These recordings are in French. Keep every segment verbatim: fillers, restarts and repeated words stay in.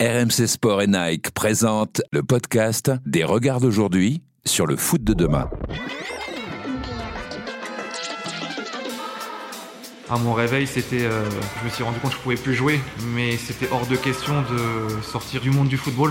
R M C Sport et Nike présentent le podcast des regards d'aujourd'hui sur le foot de demain. À mon réveil, c'était, euh, je me suis rendu compte que je ne pouvais plus jouer, mais c'était hors de question de sortir du monde du football.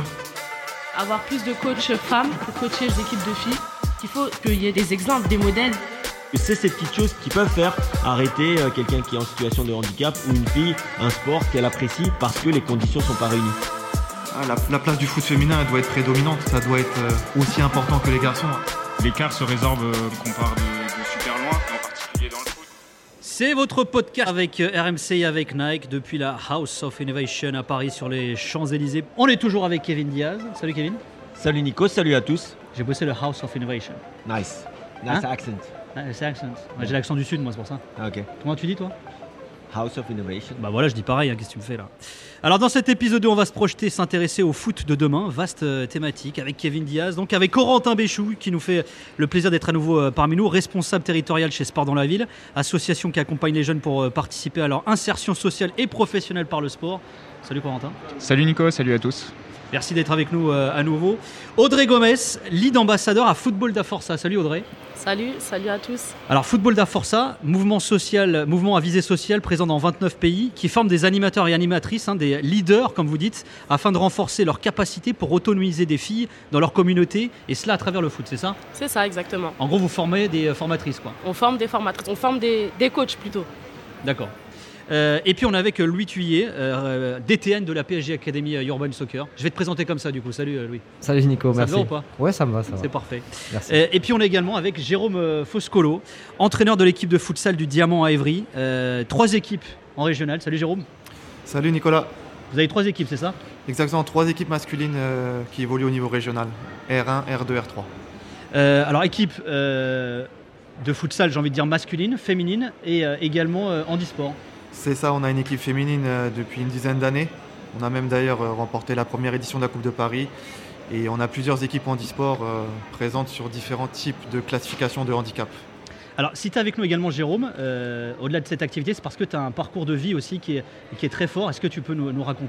Avoir plus de coachs femmes pour coacher les équipes de filles. Il faut qu'il y ait des exemples, des modèles. C'est ces petites choses qui peuvent faire arrêter quelqu'un qui est en situation de handicap ou une fille, un sport qu'elle apprécie parce que les conditions ne sont pas réunies. Ah, la, la place du foot féminin, elle doit être prédominante, ça doit être euh, aussi important que les garçons. L'écart se résorbe euh, qu'on part de, de super loin, en particulier dans le foot. C'est votre podcast avec R M C et avec Nike depuis la House of Innovation à Paris sur les Champs-Élysées. On est toujours avec Kevin Diaz. Salut Kevin. Salut Nico, salut à tous. J'ai bossé le House of Innovation. Nice. Nice Hein accent. Ah, c'est accent. Ouais, j'ai l'accent du sud, moi, c'est pour ça. Ah, ok. Comment tu dis, toi ? House of Innovation. Bah voilà, je dis pareil, hein, qu'est-ce que tu me fais là ? Alors dans cet épisode deux, on va se projeter, s'intéresser au foot de demain, vaste euh, thématique, avec Kevin Diaz, donc avec Corentin Béchou, qui nous fait le plaisir d'être à nouveau euh, parmi nous, responsable territorial chez Sport dans la Ville, association qui accompagne les jeunes pour euh, participer à leur insertion sociale et professionnelle par le sport. Salut Corentin. Salut Nico, salut à tous. Merci d'être avec nous euh, à nouveau. Audrey Gomez, lead ambassadeur à Football da Força. Salut Audrey. Salut, salut à tous. Alors Football da Força, mouvement social, mouvement à visée sociale présent dans vingt-neuf pays, qui forme des animateurs et animatrices, hein, des leaders comme vous dites, afin de renforcer leur capacité pour autonomiser des filles dans leur communauté, et cela à travers le foot, c'est ça ? C'est ça, exactement. En gros, vous formez des formatrices, quoi. On forme des formatrices, on forme des, des coachs plutôt. D'accord. Euh, et puis on est avec Louis Thuillier, euh, D T N de la P S G Academy Urban Soccer. Je vais te présenter comme ça du coup. Salut euh, Louis. Salut Nico, ça merci. Ça te va ou pas ? Ouais, ça me va, ça va. C'est parfait. Merci. Euh, et puis on est également avec Jérôme euh, Foscolo, entraîneur de l'équipe de futsal du Diamant à Évry. Euh, trois équipes en régional. Salut Jérôme. Salut Nicolas. Vous avez trois équipes, c'est ça ? Exactement, trois équipes masculines euh, qui évoluent au niveau régional. R un, R deux, R trois. Euh, alors équipe euh, de futsal, j'ai envie de dire masculine, féminine et euh, également euh, handisport. C'est ça, on a une équipe féminine euh, depuis une dizaine d'années. On a même d'ailleurs euh, remporté la première édition de la Coupe de Paris. Et on a plusieurs équipes handisport euh, présentes sur différents types de classifications de handicap. Alors si tu es avec nous également Jérôme, euh, au-delà de cette activité, c'est parce que tu as un parcours de vie aussi qui est, qui est très fort. Est-ce que tu peux nous, nous raconter ?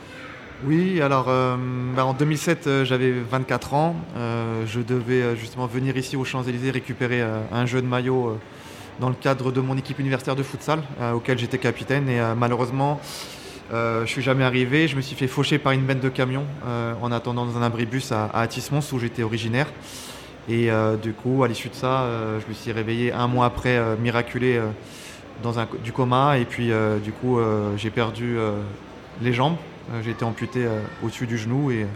Oui, alors euh, bah, en deux mille sept, euh, j'avais vingt-quatre ans. Euh, je devais euh, justement venir ici aux Champs-Élysées récupérer euh, un jeu de maillot euh, dans le cadre de mon équipe universitaire de futsal, euh, auquel j'étais capitaine. Et euh, malheureusement, euh, je ne suis jamais arrivé. Je me suis fait faucher par une benne de camion euh, en attendant dans un abribus à, à Athis-Mons, où j'étais originaire. Et euh, du coup, à l'issue de ça, euh, je me suis réveillé un mois après, euh, miraculé, euh, dans un, du coma. Et puis, euh, du coup, euh, j'ai perdu euh, les jambes. Euh, j'ai été amputé euh, au-dessus du genou. Et euh,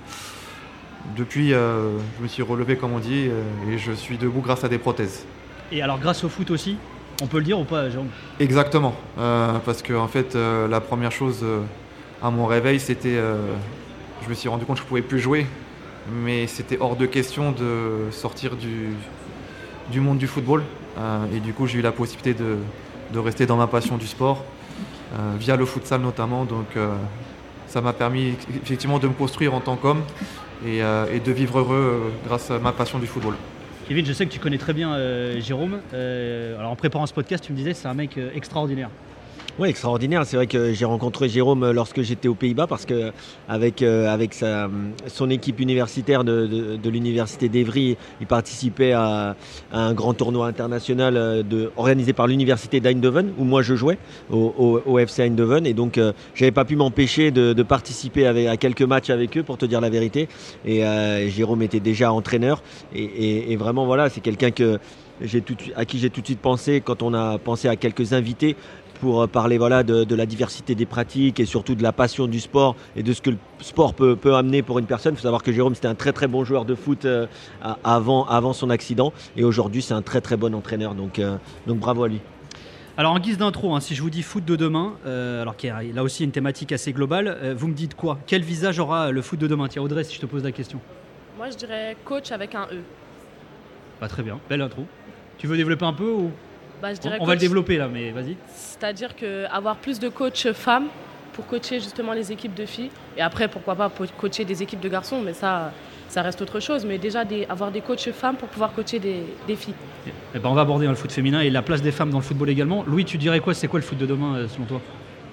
depuis, euh, je me suis relevé, comme on dit, euh, et je suis debout grâce à des prothèses. Et alors grâce au foot aussi, on peut le dire ou pas, Jérôme ? Exactement, euh, parce que en fait, euh, la première chose euh, à mon réveil, c'était, euh, je me suis rendu compte que je ne pouvais plus jouer, mais c'était hors de question de sortir du, du monde du football. Euh, et du coup, j'ai eu la possibilité de, de rester dans ma passion du sport, euh, via le futsal notamment. Donc, euh, ça m'a permis effectivement de me construire en tant qu'homme et, euh, et de vivre heureux euh, grâce à ma passion du football. Kevin, je sais que tu connais très bien euh, Jérôme. Euh, alors en préparant ce podcast, tu me disais que c'est un mec euh, extraordinaire. Oui, extraordinaire. C'est vrai que j'ai rencontré Jérôme lorsque j'étais aux Pays-Bas parce qu'avec euh, avec sa, son équipe universitaire de, de, de l'université d'Évry, il participait à, à un grand tournoi international de, organisé par l'université d'Eindhoven où moi je jouais au, au, au F C Eindhoven. Et donc euh, j'avais pas pu m'empêcher de, de participer avec, à quelques matchs avec eux pour te dire la vérité. Et euh, Jérôme était déjà entraîneur et, et, et vraiment voilà, c'est quelqu'un que j'ai tout, à qui j'ai tout de suite pensé quand on a pensé à quelques invités pour parler voilà, de, de la diversité des pratiques et surtout de la passion du sport et de ce que le sport peut, peut amener pour une personne. Il faut savoir que Jérôme, c'était un très très bon joueur de foot euh, avant, avant son accident et aujourd'hui, c'est un très très bon entraîneur. Donc, euh, donc bravo à lui. Alors en guise d'intro, hein, si je vous dis foot de demain, euh, alors qu'il y a là aussi une thématique assez globale, euh, vous me dites quoi ? Quel visage aura le foot de demain ? Tiens Audrey, si je te pose la question. Moi, je dirais coach avec un E. Bah, très bien, belle intro. Tu veux développer un peu ou... Bah, je dirais On coach, va le développer là, mais vas-y. C'est-à-dire qu'avoir plus de coachs femmes pour coacher justement les équipes de filles. Et après, pourquoi pas coacher des équipes de garçons, mais ça, ça reste autre chose. Mais déjà, des, avoir des coachs femmes pour pouvoir coacher des, des filles. Eh ben, on va aborder hein, le foot féminin et la place des femmes dans le football également. Louis, tu dirais quoi ? C'est quoi le foot de demain euh, selon toi ?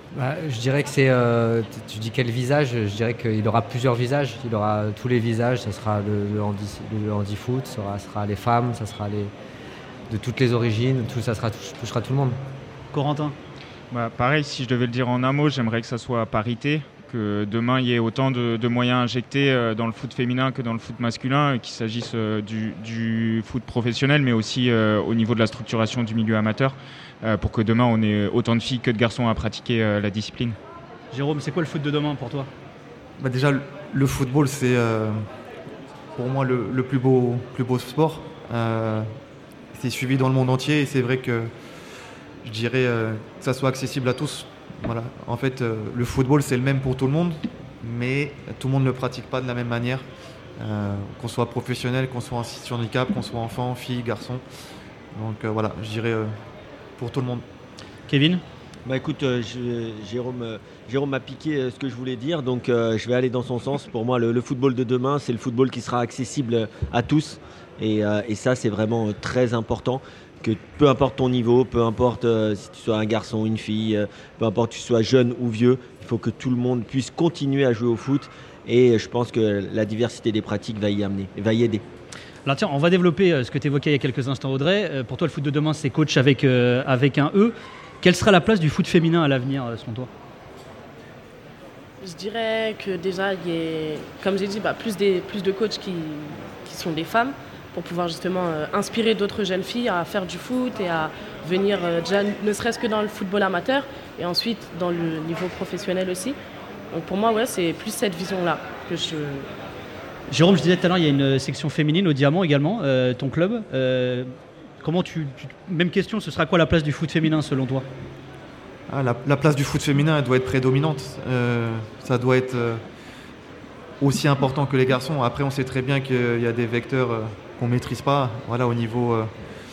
Bah, je dirais que c'est, euh, tu dis quel visage, je dirais qu'il aura plusieurs visages, il aura tous les visages, ça sera le, le, handi, le handi-foot, ça sera, ça sera les femmes, ça sera les, de toutes les origines, tout, ça sera, touchera tout le monde. Corentin? Bah, pareil, si je devais le dire en un mot, j'aimerais que ça soit parité, que demain il y ait autant de, de moyens injectés dans le foot féminin que dans le foot masculin, qu'il s'agisse du, du foot professionnel, mais aussi euh, au niveau de la structuration du milieu amateur, euh, pour que demain on ait autant de filles que de garçons à pratiquer euh, la discipline. Jérôme, c'est quoi le foot de demain pour toi? Bah déjà, le, le football, c'est euh, pour moi le, le plus beau, plus beau sport. Euh, c'est suivi dans le monde entier et c'est vrai que je dirais euh, que ça soit accessible à tous. Voilà. En fait, euh, le football, c'est le même pour tout le monde, mais tout le monde ne le pratique pas de la même manière. Euh, qu'on soit professionnel, qu'on soit en situation de handicap, qu'on soit enfant, fille, garçon. Donc euh, voilà, je dirais euh, pour tout le monde. Kevin? Bah écoute, euh, je, Jérôme, euh, Jérôme m'a piqué euh, ce que je voulais dire, donc euh, je vais aller dans son sens. Pour moi, le, le football de demain, c'est le football qui sera accessible à tous. Et, euh, et ça, c'est vraiment euh, très important. Que peu importe ton niveau, peu importe euh, si tu sois un garçon, une fille, euh, peu importe que tu sois jeune ou vieux, il faut que tout le monde puisse continuer à jouer au foot. Et je pense que la diversité des pratiques va y amener, va y aider. Alors tiens, on va développer ce que tu évoquais il y a quelques instants, Audrey. Pour toi, le foot de demain, c'est coach avec, euh, avec un E. Quelle sera la place du foot féminin à l'avenir, selon toi? Je dirais que déjà, il y a, comme j'ai dit, bah, plus, des, plus de coachs qui, qui sont des femmes pour pouvoir justement euh, inspirer d'autres jeunes filles à faire du foot et à venir euh, déjà ne serait-ce que dans le football amateur et ensuite dans le niveau professionnel aussi. Donc pour moi, ouais, c'est plus cette vision-là que je... Jérôme, je disais tout à l'heure, il y a une section féminine au Diamant également, euh, ton club. Euh, comment tu, tu... Même question, ce sera quoi la place du foot féminin selon toi? ah, la, la place du foot féminin, elle doit être prédominante. Euh, ça doit être euh, aussi important que les garçons. Après, on sait très bien qu'il y a des vecteurs euh, qu'on ne maîtrise pas, voilà, au niveau euh,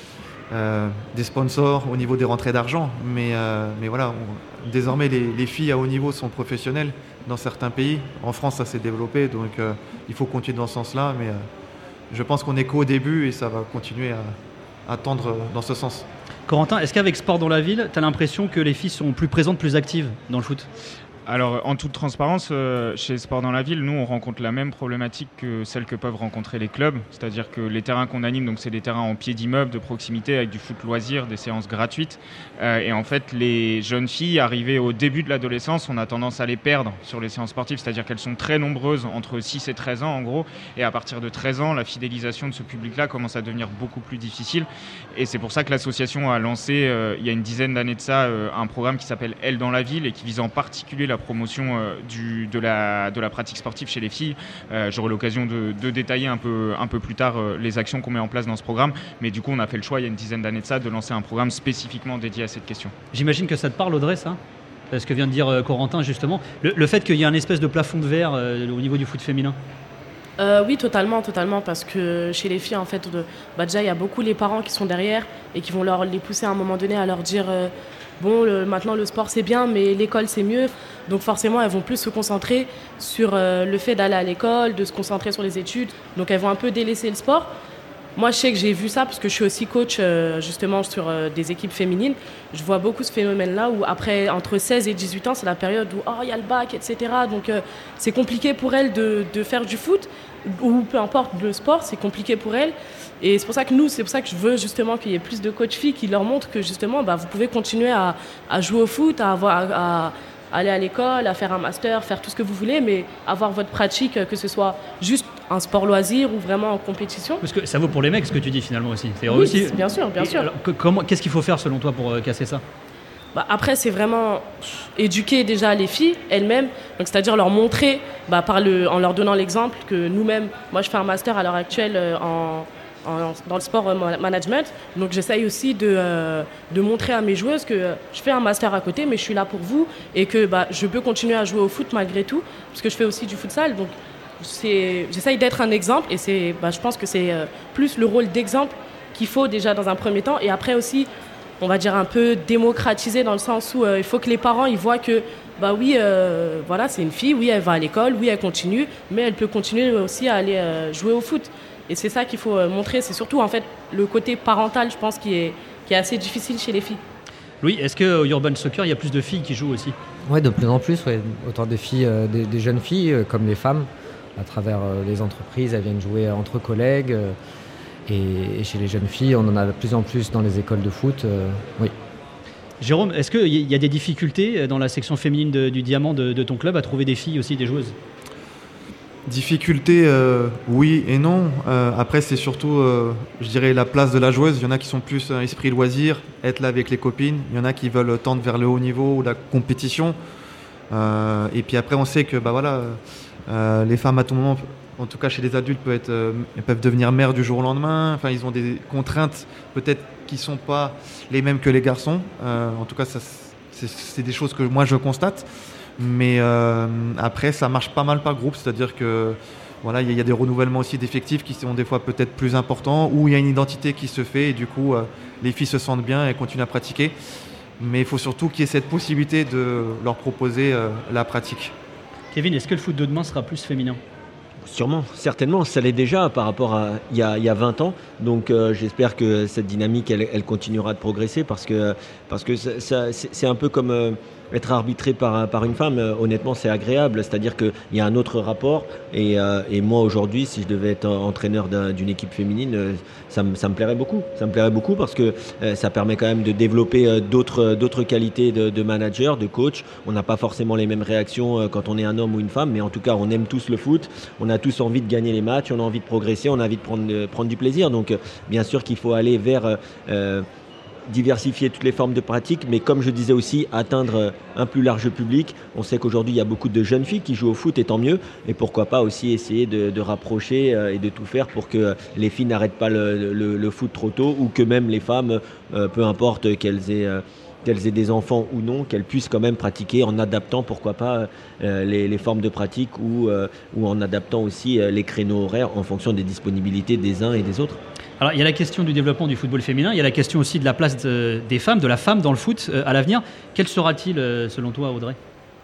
euh, des sponsors, au niveau des rentrées d'argent. Mais, euh, mais voilà, on, désormais, les, les filles à haut niveau sont professionnelles dans certains pays. En France, ça s'est développé, donc euh, il faut continuer dans ce sens-là. Mais euh, je pense qu'on est qu'au début et ça va continuer à, à tendre dans ce sens. Corentin, est-ce qu'avec Sport dans la ville, tu as l'impression que les filles sont plus présentes, plus actives dans le foot? Alors, en toute transparence, euh, chez Sport dans la ville, nous, on rencontre la même problématique que celle que peuvent rencontrer les clubs. C'est-à-dire que les terrains qu'on anime, donc c'est des terrains en pied d'immeuble, de proximité, avec du foot loisir, des séances gratuites. Euh, et en fait, les jeunes filles, arrivées au début de l'adolescence, on a tendance à les perdre sur les séances sportives. C'est-à-dire qu'elles sont très nombreuses, entre six et treize ans, en gros. Et à partir de treize ans, la fidélisation de ce public-là commence à devenir beaucoup plus difficile. Et c'est pour ça que l'association a lancé, euh, il y a une dizaine d'années de ça, euh, un programme qui s'appelle Elle dans la ville et qui vise en particulier la promotion euh, du, de, la, de la pratique sportive chez les filles. Euh, j'aurai l'occasion de, de détailler un peu, un peu plus tard euh, les actions qu'on met en place dans ce programme, mais du coup on a fait le choix il y a une dizaine d'années de ça de lancer un programme spécifiquement dédié à cette question. J'imagine que ça te parle, Audrey, ça? Ce que vient de dire euh, Corentin justement, le, le fait qu'il y ait un espèce de plafond de verre euh, au niveau du foot féminin. Euh, oui, totalement, totalement, parce que chez les filles, en fait, de, bah déjà, il y a beaucoup les parents qui sont derrière et qui vont leur, les pousser à un moment donné à leur dire euh, bon, le, maintenant le sport c'est bien, mais l'école c'est mieux. Donc forcément, elles vont plus se concentrer sur euh, le fait d'aller à l'école, de se concentrer sur les études. Donc elles vont un peu délaisser le sport. Moi, je sais que j'ai vu ça parce que je suis aussi coach euh, justement sur euh, des équipes féminines. Je vois beaucoup ce phénomène-là où après, entre seize et dix-huit ans, c'est la période où oh, il y a le bac, et cetera. Donc euh, c'est compliqué pour elles de, de faire du foot ou peu importe le sport, c'est compliqué pour elles. Et c'est pour ça que nous, c'est pour ça que je veux justement qu'il y ait plus de coachs filles qui leur montrent que justement, bah, vous pouvez continuer à, à jouer au foot, à avoir... À, à aller à l'école, à faire un master, faire tout ce que vous voulez, mais avoir votre pratique, que ce soit juste un sport loisir ou vraiment en compétition. Parce que ça vaut pour les mecs, ce que tu dis finalement aussi. C'est oui, aussi... bien sûr, bien Et sûr. Alors, que, comment, qu'est-ce qu'il faut faire selon toi pour euh, casser ça? Bah, après, c'est vraiment éduquer déjà les filles elles-mêmes, donc c'est-à-dire leur montrer, bah, par le, en leur donnant l'exemple que nous-mêmes, moi je fais un master à l'heure actuelle euh, en... dans le sport management, donc j'essaye aussi de, euh, de montrer à mes joueuses que je fais un master à côté, mais je suis là pour vous et que bah, je peux continuer à jouer au foot malgré tout, parce que je fais aussi du futsal, donc c'est, j'essaye d'être un exemple et c'est, bah, je pense que c'est euh, plus le rôle d'exemple qu'il faut déjà dans un premier temps, et après aussi, on va dire un peu démocratiser dans le sens où euh, il faut que les parents ils voient que bah oui, euh, voilà, c'est une fille, oui elle va à l'école, oui elle continue, mais elle peut continuer aussi à aller euh, jouer au foot. Et c'est ça qu'il faut montrer, c'est surtout en fait le côté parental, je pense, qui est, qui est assez difficile chez les filles. Louis, est-ce qu'au Urban Soccer, il y a plus de filles qui jouent aussi ? Oui, de plus en plus, ouais. Autant des filles, euh, des, des jeunes filles euh, comme les femmes, à travers euh, les entreprises, elles viennent jouer entre collègues. Euh, et, et chez les jeunes filles, on en a de plus en plus dans les écoles de foot. Euh, oui. Jérôme, est-ce qu'il y a des difficultés dans la section féminine de, du Diamant de, de ton club à trouver des filles aussi, des joueuses ? Difficulté, euh, oui et non. Euh, après, c'est surtout, euh, je dirais, la place de la joueuse. Il y en a qui sont plus euh, esprit loisir, être là avec les copines. Il y en a qui veulent tendre vers le haut niveau ou la compétition. Euh, et puis après, on sait que bah, voilà, euh, les femmes, à tout moment, en tout cas chez les adultes, peuvent, être, euh, peuvent devenir mères du jour au lendemain. Enfin, ils ont des contraintes peut-être qui ne sont pas les mêmes que les garçons. Euh, en tout cas, ça, c'est, c'est des choses que moi, je constate. Mais euh, après, ça marche pas mal par groupe, c'est-à-dire que voilà, il y, y a des renouvellements aussi d'effectifs qui sont des fois peut-être plus importants, où il y a une identité qui se fait et du coup, euh, les filles se sentent bien et continuent à pratiquer. Mais il faut surtout qu'il y ait cette possibilité de leur proposer euh, la pratique. Kevin, est-ce que le foot de demain sera plus féminin ? Sûrement, certainement, ça l'est déjà par rapport à il y a, il y a vingt ans. Donc euh, j'espère que cette dynamique, elle, elle continuera de progresser parce que, parce que ça, ça, c'est, c'est un peu comme euh, être arbitré par, par une femme. Euh, honnêtement, c'est agréable, c'est-à-dire qu'il y a un autre rapport. Et, euh, et moi, aujourd'hui, si je devais être entraîneur d'un, d'une équipe féminine, euh, ça, me, ça me plairait beaucoup. Ça me plairait beaucoup parce que euh, ça permet quand même de développer euh, d'autres, d'autres qualités de, de manager, de coach. On n'a pas forcément les mêmes réactions euh, quand on est un homme ou une femme, mais en tout cas, on aime tous le foot. On a tous envie de gagner les matchs, on a envie de progresser, on a envie de prendre, de prendre du plaisir. Donc, euh, bien sûr qu'il faut aller vers euh, diversifier toutes les formes de pratique, mais comme je disais aussi, atteindre un plus large public. On sait qu'aujourd'hui, il y a beaucoup de jeunes filles qui jouent au foot, et tant mieux. Et pourquoi pas aussi essayer de, de rapprocher euh, et de tout faire pour que les filles n'arrêtent pas le, le, le foot trop tôt, ou que même les femmes, euh, peu importe qu'elles aient... Euh, qu'elles aient des enfants ou non, qu'elles puissent quand même pratiquer en adaptant, pourquoi pas, euh, les, les formes de pratique ou, euh, ou en adaptant aussi euh, les créneaux horaires en fonction des disponibilités des uns et des autres. Alors, il y a la question du développement du football féminin, il y a la question aussi de la place de, des femmes, de la femme dans le foot euh, à l'avenir. Quel sera-t-il, euh, selon toi, Audrey ?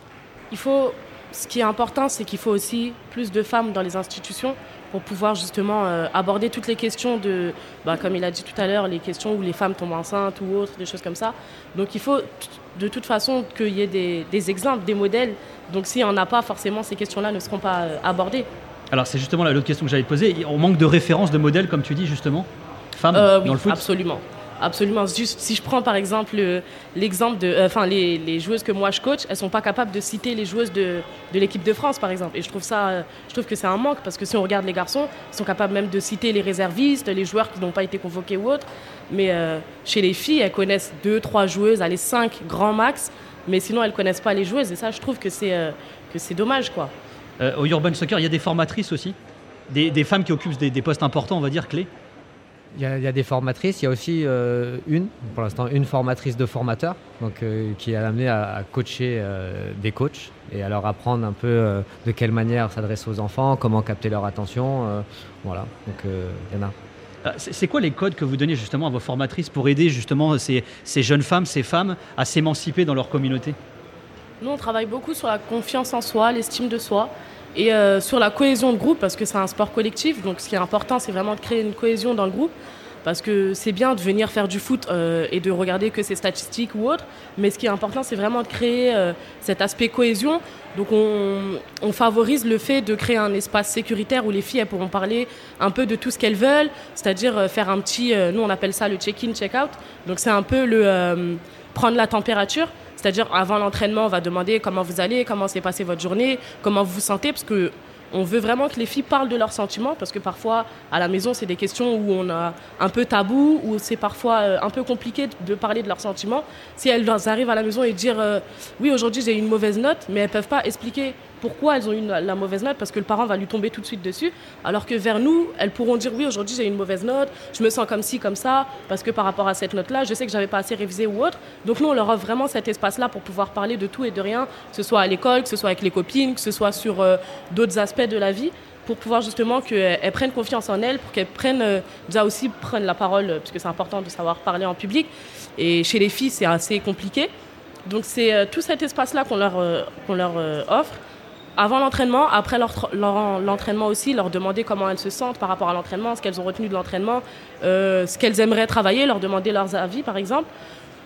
Il faut, ce qui est important, c'est qu'il faut aussi plus de femmes dans les institutions pour pouvoir justement euh, aborder toutes les questions de, bah, comme il a dit tout à l'heure, les questions où les femmes tombent enceintes ou autres, des choses comme ça. Donc il faut t- de toute façon qu'il y ait des, des exemples, des modèles. Donc s'il n'y en a pas, forcément ces questions-là ne seront pas euh, abordées. Alors c'est justement l'autre question que j'allais te poser. On manque de références, de modèles, comme tu dis justement, femmes euh, dans oui, le foot. Absolument. Absolument. Juste, si je prends par exemple euh, l'exemple de, euh, enfin les, les joueuses que moi je coach, elles sont pas capables de citer les joueuses de, de l'équipe de France par exemple. Et je trouve ça, euh, je trouve que c'est un manque parce que si on regarde les garçons, ils sont capables même de citer les réservistes, les joueurs qui n'ont pas été convoqués ou autres. Mais euh, chez les filles, elles connaissent deux, trois joueuses, allez cinq grand max. Mais sinon, elles connaissent pas les joueuses. Et ça, je trouve que c'est euh, que c'est dommage quoi. Euh, au Urban Soccer, il y a des formatrices aussi, des, des femmes qui occupent des, des postes importants, on va dire clés. Il y, a, il y a des formatrices, il y a aussi euh, une, pour l'instant, une formatrice de formateurs, donc, euh, qui est amenée à, à coacher euh, des coachs et à leur apprendre un peu euh, de quelle manière s'adresser aux enfants, comment capter leur attention. Euh, voilà, donc euh, il y en a. C'est, c'est quoi les codes que vous donnez justement à vos formatrices pour aider justement ces, ces jeunes femmes, ces femmes à s'émanciper dans leur communauté ? Nous, on travaille beaucoup sur la confiance en soi, l'estime de soi. Et euh, sur la cohésion de groupe, parce que c'est un sport collectif, donc ce qui est important, c'est vraiment de créer une cohésion dans le groupe, parce que c'est bien de venir faire du foot euh, et de regarder que ses statistiques ou autres, mais ce qui est important, c'est vraiment de créer euh, cet aspect cohésion. Donc on, on favorise le fait de créer un espace sécuritaire où les filles elles pourront parler un peu de tout ce qu'elles veulent, c'est-à-dire euh, faire un petit, euh, nous on appelle ça le check-in, check-out, donc c'est un peu le euh, prendre la température. C'est-à-dire, avant l'entraînement, on va demander comment vous allez, comment s'est passée votre journée, comment vous vous sentez, parce qu'on veut vraiment que les filles parlent de leurs sentiments, parce que parfois, à la maison, c'est des questions où on a un peu tabou, où c'est parfois un peu compliqué de parler de leurs sentiments. Si elles arrivent à la maison et dire euh, « oui, aujourd'hui, j'ai eu une mauvaise note », mais elles ne peuvent pas expliquer pourquoi elles ont eu une, la mauvaise note, parce que le parent va lui tomber tout de suite dessus, alors que vers nous, elles pourront dire « oui, aujourd'hui, j'ai eu une mauvaise note, je me sens comme ci, comme ça, parce que par rapport à cette note-là, je sais que je n'avais pas assez révisé ou autre ». Donc nous, on leur offre vraiment cet espace-là pour pouvoir parler de tout et de rien, que ce soit à l'école, que ce soit avec les copines, que ce soit sur euh, d'autres aspects de la vie, pour pouvoir justement qu'elles prennent confiance en elles, pour qu'elles prennent, euh, déjà aussi prennent la parole, parce que c'est important de savoir parler en public. Et chez les filles, c'est assez compliqué. Donc c'est euh, tout cet espace-là qu'on leur, euh, qu'on leur euh, offre. Avant l'entraînement, après leur, leur, l'entraînement aussi, leur demander comment elles se sentent par rapport à l'entraînement, ce qu'elles ont retenu de l'entraînement, euh, ce qu'elles aimeraient travailler, leur demander leurs avis par exemple.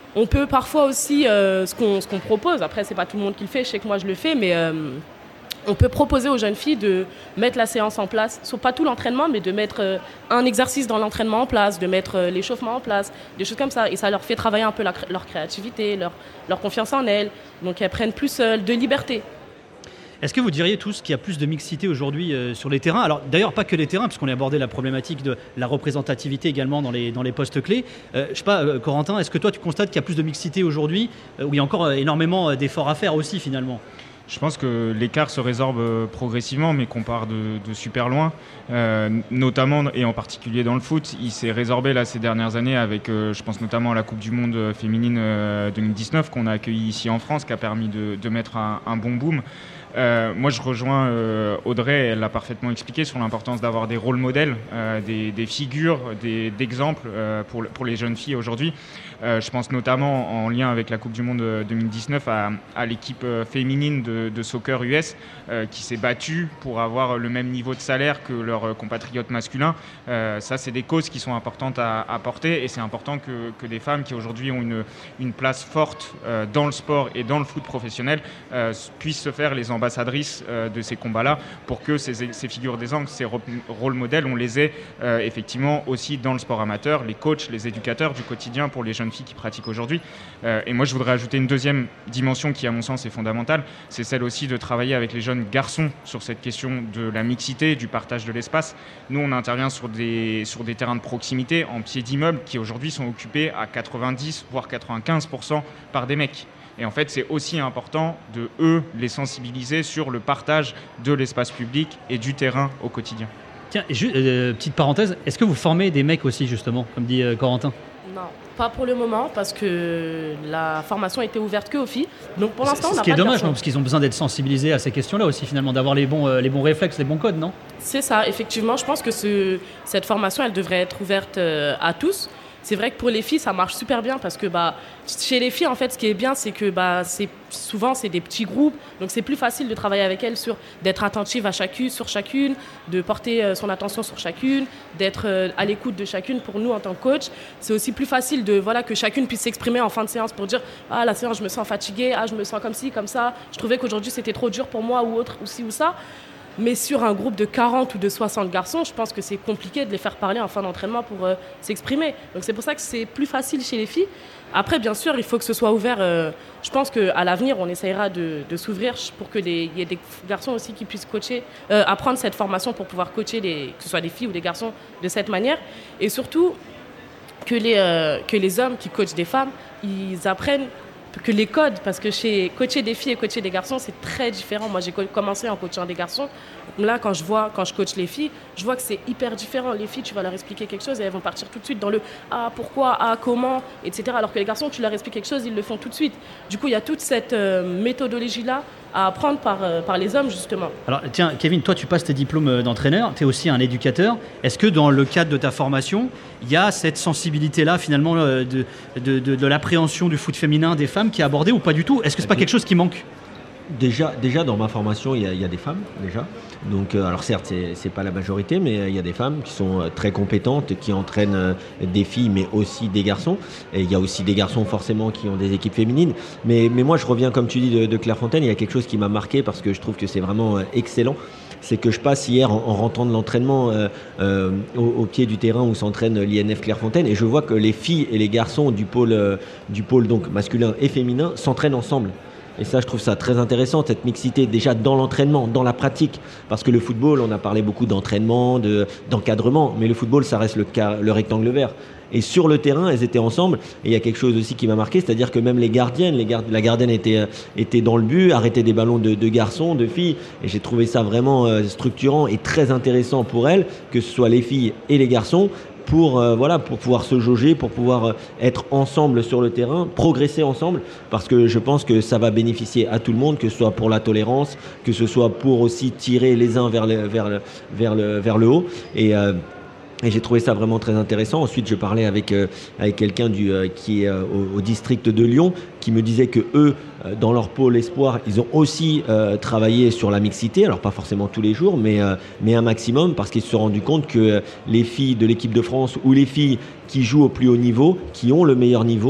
on peut parfois aussi, euh, ce, qu'on, ce qu'on propose, après c'est pas tout le monde qui le fait, je sais que moi je le fais, mais euh, on peut proposer aux jeunes filles de mettre la séance en place, sur pas tout l'entraînement, mais de mettre euh, un exercice dans l'entraînement en place, de mettre euh, l'échauffement en place, des choses comme ça. Et ça leur fait travailler un peu la, leur créativité, leur, leur confiance en elles. Donc elles prennent plus euh, de liberté. Est-ce que vous diriez tous qu'il y a plus de mixité aujourd'hui euh, sur les terrains ? Alors d'ailleurs pas que les terrains, puisqu'on a abordé la problématique de la représentativité également dans les, dans les postes clés. Euh, je sais pas, euh, Corentin, est-ce que toi tu constates qu'il y a plus de mixité aujourd'hui, euh, où il y a encore euh, énormément euh, d'efforts à faire aussi finalement ? Je pense que l'écart se résorbe progressivement, mais qu'on part de, de super loin, euh, notamment et en particulier dans le foot. Il s'est résorbé là ces dernières années avec, euh, je pense notamment à la Coupe du Monde féminine euh, deux mille dix-neuf qu'on a accueillie ici en France, qui a permis de, de mettre un, un bon boom. Euh, moi, je rejoins euh, Audrey, elle l'a parfaitement expliqué sur l'importance d'avoir des rôles modèles, euh, des, des figures, des, d'exemples euh, pour, pour les jeunes filles aujourd'hui. Euh, je pense notamment en lien avec la Coupe du Monde deux mille dix-neuf à, à l'équipe féminine de, de soccer U S euh, qui s'est battue pour avoir le même niveau de salaire que leurs compatriotes masculins. Euh, ça, c'est des causes qui sont importantes à, à porter et c'est important que, que des femmes qui aujourd'hui ont une, une place forte euh, dans le sport et dans le foot professionnel euh, puissent se faire les ambassadrices euh, de ces combats-là pour que ces, ces figures d'exemple, ces rôles modèles, on les ait euh, effectivement aussi dans le sport amateur, les coachs, les éducateurs du quotidien pour les jeunes filles qui pratiquent aujourd'hui. Euh, et moi, je voudrais ajouter une deuxième dimension qui, à mon sens, est fondamentale. C'est celle aussi de travailler avec les jeunes garçons sur cette question de la mixité, du partage de l'espace. Nous, on intervient sur des, sur des terrains de proximité en pied d'immeuble qui, aujourd'hui, sont occupés à quatre-vingt-dix, voire quatre-vingt-quinze pour cent par des mecs. Et en fait, c'est aussi important de, eux, les sensibiliser sur le partage de l'espace public et du terrain au quotidien. Tiens, ju- euh, petite parenthèse, est-ce que vous formez des mecs aussi, justement, comme dit euh, Corentin ? Non, pas pour le moment, parce que la formation était ouverte que aux filles. Donc pour l'instant, c'est, on n'a ce qui pas est de dommage, garçons. non, parce qu'ils ont besoin d'être sensibilisés à ces questions-là aussi, finalement, d'avoir les bons, euh, les bons réflexes, les bons codes, non ? C'est ça, effectivement. Je pense que ce, cette formation, elle devrait être ouverte euh, à tous. C'est vrai que pour les filles, ça marche super bien parce que bah, chez les filles, en fait, ce qui est bien, c'est que bah, c'est, souvent, c'est des petits groupes. Donc, c'est plus facile de travailler avec elles, sur, d'être attentive à chacune, sur chacune, de porter euh, son attention sur chacune, d'être euh, à l'écoute de chacune pour nous en tant que coach. C'est aussi plus facile de, voilà, que chacune puisse s'exprimer en fin de séance pour dire « Ah, la séance, je me sens fatiguée. Ah, je me sens comme ci, comme ça. Je trouvais qu'aujourd'hui, c'était trop dur pour moi ou autre, ou ci ou ça. » Mais sur un groupe de quarante ou de soixante garçons, je pense que c'est compliqué de les faire parler en fin d'entraînement pour euh, s'exprimer. Donc c'est pour ça que c'est plus facile chez les filles. Après, bien sûr, il faut que ce soit ouvert. Euh, je pense qu'à l'avenir, on essaiera de, de s'ouvrir pour qu'il y ait des garçons aussi qui puissent coacher, euh, apprendre cette formation pour pouvoir coacher, les, que ce soit des filles ou des garçons, de cette manière. Et surtout, que les, euh, que les hommes qui coachent des femmes, ils apprennent que les codes, parce que chez coacher des filles et coacher des garçons, c'est très différent. Moi, j'ai commencé en coachant des garçons. Là, quand je vois, quand je coach les filles, je vois que c'est hyper différent. Les filles, tu vas leur expliquer quelque chose et elles vont partir tout de suite dans le « ah, pourquoi, ah, comment », et cetera. Alors que les garçons, tu leur expliques quelque chose, ils le font tout de suite. Du coup, il y a toute cette euh, méthodologie-là à apprendre par, euh, par les hommes, justement. Alors, tiens, Kevin, toi, tu passes tes diplômes d'entraîneur, tu es aussi un éducateur. Est-ce que dans le cadre de ta formation, il y a cette sensibilité-là, finalement, de, de, de, de l'appréhension du foot féminin des femmes qui est abordée ou pas du tout ? Est-ce que c'est pas quelque chose qui manque ? Déjà, déjà, dans ma formation, il y a, il y a des femmes, déjà. Donc, euh, alors certes, c'est, c'est pas la majorité, mais euh, il y a des femmes qui sont euh, très compétentes, qui entraînent euh, des filles, mais aussi des garçons. Et il y a aussi des garçons, forcément, qui ont des équipes féminines. Mais, mais moi, je reviens, comme tu dis, de, de Clairefontaine. Il y a quelque chose qui m'a marqué parce que je trouve que c'est vraiment euh, excellent. C'est que je passe hier en, en rentrant de l'entraînement euh, euh, au, au pied du terrain où s'entraîne l'I N F Clairefontaine, et je vois que les filles et les garçons du pôle, euh, du pôle donc masculin et féminin s'entraînent ensemble. Et ça, je trouve ça très intéressant, cette mixité déjà dans l'entraînement, dans la pratique. Parce que le football, on a parlé beaucoup d'entraînement, de, d'encadrement, mais le football, ça reste le, car, le rectangle vert. Et sur le terrain, elles étaient ensemble. Et il y a quelque chose aussi qui m'a marqué, c'est-à-dire que même les gardiennes, les gardes, la gardienne était, était dans le but, arrêtait des ballons de, de garçons, de filles. Et j'ai trouvé ça vraiment euh, structurant et très intéressant pour elles, que ce soit les filles et les garçons, pour, euh, voilà, pour pouvoir se jauger, pour pouvoir euh, être ensemble sur le terrain, progresser ensemble, parce que je pense que ça va bénéficier à tout le monde, que ce soit pour la tolérance, que ce soit pour aussi tirer les uns vers le, vers le, vers le, vers le haut. Et, euh, et j'ai trouvé ça vraiment très intéressant. Ensuite, je parlais avec, euh, avec quelqu'un du, euh, qui est euh, au, au district de Lyon, qui me disait que eux, euh, dans leur pôle espoir, ils ont aussi euh, travaillé sur la mixité. Alors pas forcément tous les jours, mais, euh, mais un maximum, parce qu'ils se sont rendus compte que euh, les filles de l'équipe de France ou les filles qui jouent au plus haut niveau, qui ont le meilleur niveau,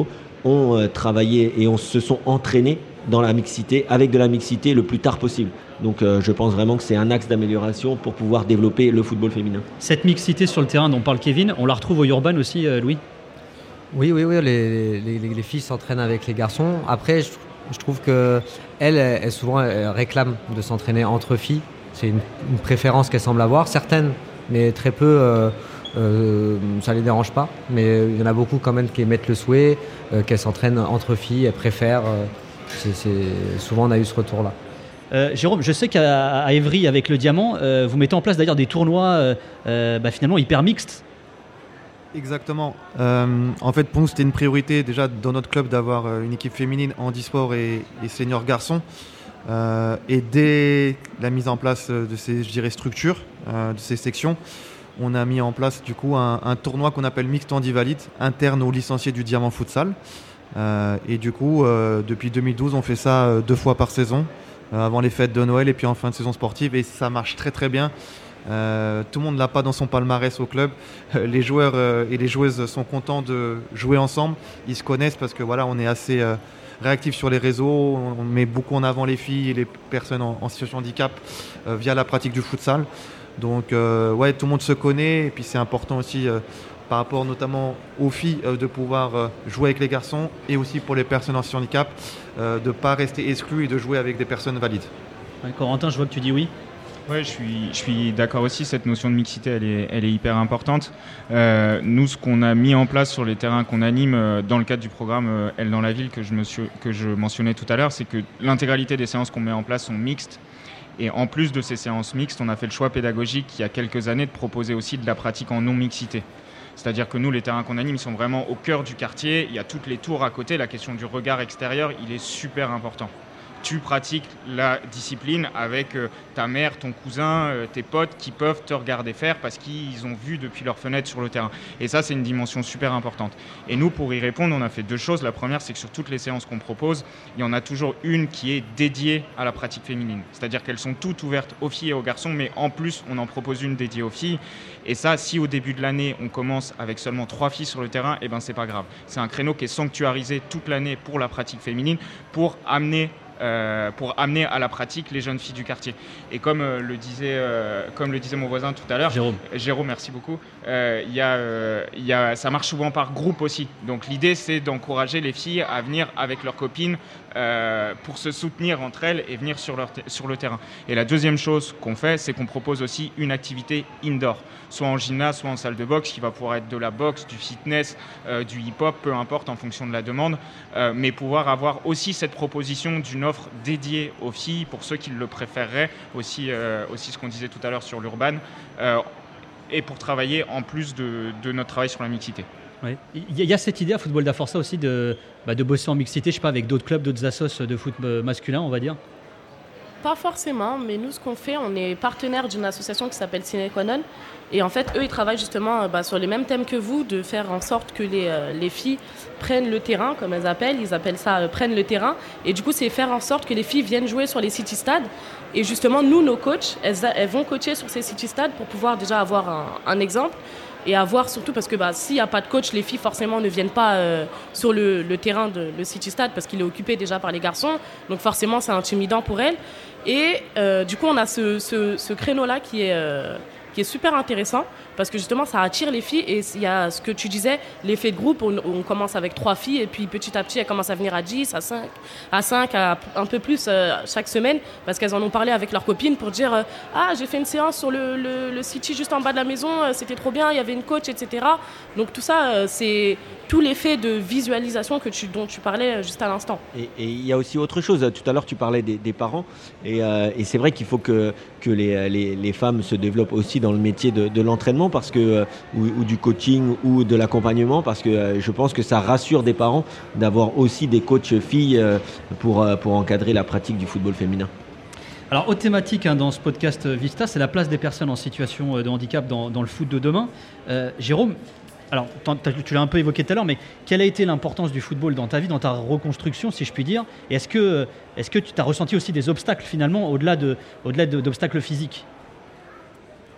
ont euh, travaillé et on se sont entraînés dans la mixité, avec de la mixité le plus tard possible. Donc euh, je pense vraiment que c'est un axe d'amélioration pour pouvoir développer le football féminin. Cette mixité sur le terrain dont parle Kevin, on la retrouve au Urban aussi, euh, Louis ? Oui, oui, oui, les, les, les filles s'entraînent avec les garçons. Après, je, je trouve qu'elles, elles, elles, souvent, elles réclament de s'entraîner entre filles. C'est une, une préférence qu'elles semblent avoir. Certaines, mais très peu, euh, euh, ça ne les dérange pas. Mais il y en a beaucoup quand même qui émettent le souhait, euh, qu'elles s'entraînent entre filles, elles préfèrent. Euh, c'est, c'est, souvent, on a eu ce retour-là. Euh, Jérôme, je sais qu'à à Évry, avec le Diamant, euh, vous mettez en place d'ailleurs des tournois euh, euh, bah, finalement hyper mixtes. Exactement. Euh, en fait, pour nous, c'était une priorité déjà dans notre club d'avoir une équipe féminine handisport et, et senior garçons. Euh, et dès la mise en place de ces, je dirais, structures, euh, de ces sections, on a mis en place du coup un, un tournoi qu'on appelle Mixte Handi Valide, interne aux licenciés du Diamant Futsal. Euh, et du coup, euh, depuis deux mille douze, on fait ça euh, deux fois par saison, euh, avant les fêtes de Noël et puis en fin de saison sportive. Et ça marche très très bien. Euh, tout le monde ne l'a pas dans son palmarès au club. Euh, les joueurs euh, et les joueuses sont contents de jouer ensemble. Ils se connaissent parce que voilà, on est assez euh, réactifs sur les réseaux. On, on met beaucoup en avant les filles et les personnes en, en situation de handicap euh, via la pratique du futsal. Donc euh, ouais, tout le monde se connaît. Et puis c'est important aussi euh, par rapport notamment aux filles euh, de pouvoir euh, jouer avec les garçons et aussi pour les personnes en situation de handicap euh, de ne pas rester exclues et de jouer avec des personnes valides. Ouais, Corentin, je vois que tu dis oui. Oui, je suis, je suis d'accord aussi. Cette notion de mixité, elle est, elle est hyper importante. Euh, nous, ce qu'on a mis en place sur les terrains qu'on anime euh, dans le cadre du programme euh, Elle dans la ville que je, me suis, que je mentionnais tout à l'heure, c'est que l'intégralité des séances qu'on met en place sont mixtes. Et en plus de ces séances mixtes, on a fait le choix pédagogique il y a quelques années de proposer aussi de la pratique en non-mixité. C'est-à-dire que nous, les terrains qu'on anime, ils sont vraiment au cœur du quartier. Il y a toutes les tours à côté. La question du regard extérieur, il est super important. Tu pratiques la discipline avec euh, ta mère, ton cousin, euh, tes potes qui peuvent te regarder faire parce qu'ils ont vu depuis leur fenêtre sur le terrain. Et ça, c'est une dimension super importante. Et nous, pour y répondre, on a fait deux choses. La première, c'est que sur toutes les séances qu'on propose, il y en a toujours une qui est dédiée à la pratique féminine. C'est-à-dire qu'elles sont toutes ouvertes aux filles et aux garçons, mais en plus, on en propose une dédiée aux filles. Et ça, si au début de l'année, on commence avec seulement trois filles sur le terrain, eh ben, c'est pas grave. C'est un créneau qui est sanctuarisé toute l'année pour la pratique féminine, pour amener Euh, pour amener à la pratique les jeunes filles du quartier. Et comme, euh, le, disait, euh, comme le disait mon voisin tout à l'heure, Jérôme, Jérôme merci beaucoup, euh, y a, euh, y a, ça marche souvent par groupe aussi. Donc l'idée, c'est d'encourager les filles à venir avec leurs copines euh, pour se soutenir entre elles et venir sur, leur te- sur le terrain. Et la deuxième chose qu'on fait, c'est qu'on propose aussi une activité indoor, soit en gymnase, soit en salle de boxe, qui va pouvoir être de la boxe, du fitness, euh, du hip-hop, peu importe en fonction de la demande, euh, mais pouvoir avoir aussi cette proposition d'une offre dédiée aux filles pour ceux qui le préféreraient, aussi, euh, aussi ce qu'on disait tout à l'heure sur l'urban, euh, et pour travailler en plus de, de notre travail sur la mixité. ouais. Il y a cette idée à Football Da Forza aussi de, bah, de bosser en mixité, je sais pas, avec d'autres clubs, d'autres assos de foot masculin, on va dire. Pas forcément, mais nous, ce qu'on fait, on est partenaire d'une association qui s'appelle Sine Qua Non. Et en fait, eux, ils travaillent justement bah, sur les mêmes thèmes que vous, de faire en sorte que les, euh, les filles prennent le terrain, comme elles appellent. Ils appellent ça euh, prennent le terrain. Et du coup, c'est faire en sorte que les filles viennent jouer sur les city-stades. Et justement, nous, nos coachs, elles, elles vont coacher sur ces city-stades pour pouvoir déjà avoir un, un exemple. Et avoir surtout, parce que bah, s'il n'y a pas de coach, les filles forcément ne viennent pas euh, sur le, le terrain de le City Stade parce qu'il est occupé déjà par les garçons. Donc forcément, c'est intimidant pour elles. Et euh, du coup, on a ce, ce, ce créneau-là qui est, euh, qui est super intéressant parce que justement, ça attire les filles. Et il y a ce que tu disais, l'effet de groupe, on, on commence avec trois filles et puis petit à petit, elles commencent à venir à dix, à cinq, à cinq, à un peu plus euh, chaque semaine parce qu'elles en ont parlé avec leurs copines pour dire euh, « Ah, j'ai fait une séance sur le, le, le City juste en bas de la maison, euh, c'était trop bien, il y avait une coach, et cetera » Donc tout ça, euh, c'est tout l'effet de visualisation que tu, dont tu parlais juste à l'instant. Et il y a aussi autre chose. Tout à l'heure, tu parlais des, des parents. Et, euh, et c'est vrai qu'il faut que, que les, les, les femmes se développent aussi dans le métier de, de l'entraînement parce que, ou, ou du coaching ou de l'accompagnement parce que euh, je pense que ça rassure des parents d'avoir aussi des coachs filles euh, pour, pour encadrer la pratique du football féminin. Alors, haute thématique hein, dans ce podcast Vista, c'est la place des personnes en situation de handicap dans, dans le foot de demain. Euh, Jérôme, alors, tu l'as un peu évoqué tout à l'heure, mais quelle a été l'importance du football dans ta vie, dans ta reconstruction, si je puis dire ? Et est-ce que, est-ce que tu as ressenti aussi des obstacles, finalement, au-delà, de, au-delà de, d'obstacles physiques ?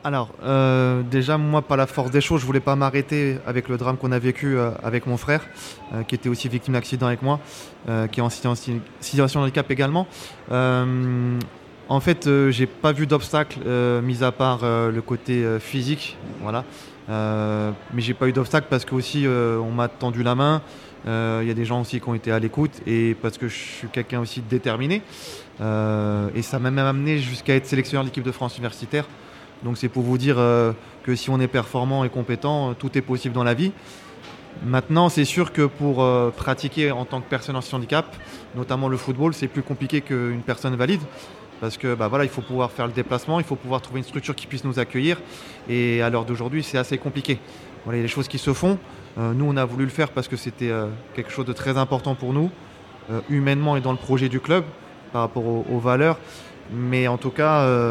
Alors, euh, déjà, moi, par la force des choses, je voulais pas m'arrêter avec le drame qu'on a vécu euh, avec mon frère, euh, qui était aussi victime d'accident avec moi, euh, qui est en situation, situation de handicap également. Euh, en fait, euh, j'ai pas vu d'obstacle, euh, mis à part euh, le côté euh, physique, voilà. Euh, mais j'ai pas eu d'obstacle parce que aussi euh, on m'a tendu la main. Il euh, y a des gens aussi qui ont été à l'écoute et parce que je suis quelqu'un aussi de déterminé. Euh, et ça m'a même amené jusqu'à être sélectionneur de l'équipe de France universitaire. Donc c'est pour vous dire euh, que si on est performant et compétent, tout est possible dans la vie. Maintenant, c'est sûr que pour euh, pratiquer en tant que personne en situation de handicap, notamment le football, c'est plus compliqué qu'une personne valide. Parce que bah, voilà, il faut pouvoir faire le déplacement, il faut pouvoir trouver une structure qui puisse nous accueillir. Et à l'heure d'aujourd'hui, c'est assez compliqué. Voilà, il y a des choses qui se font. Euh, nous, on a voulu le faire parce que c'était euh, quelque chose de très important pour nous, euh, humainement et dans le projet du club, par rapport aux, aux valeurs. Mais en tout cas, euh,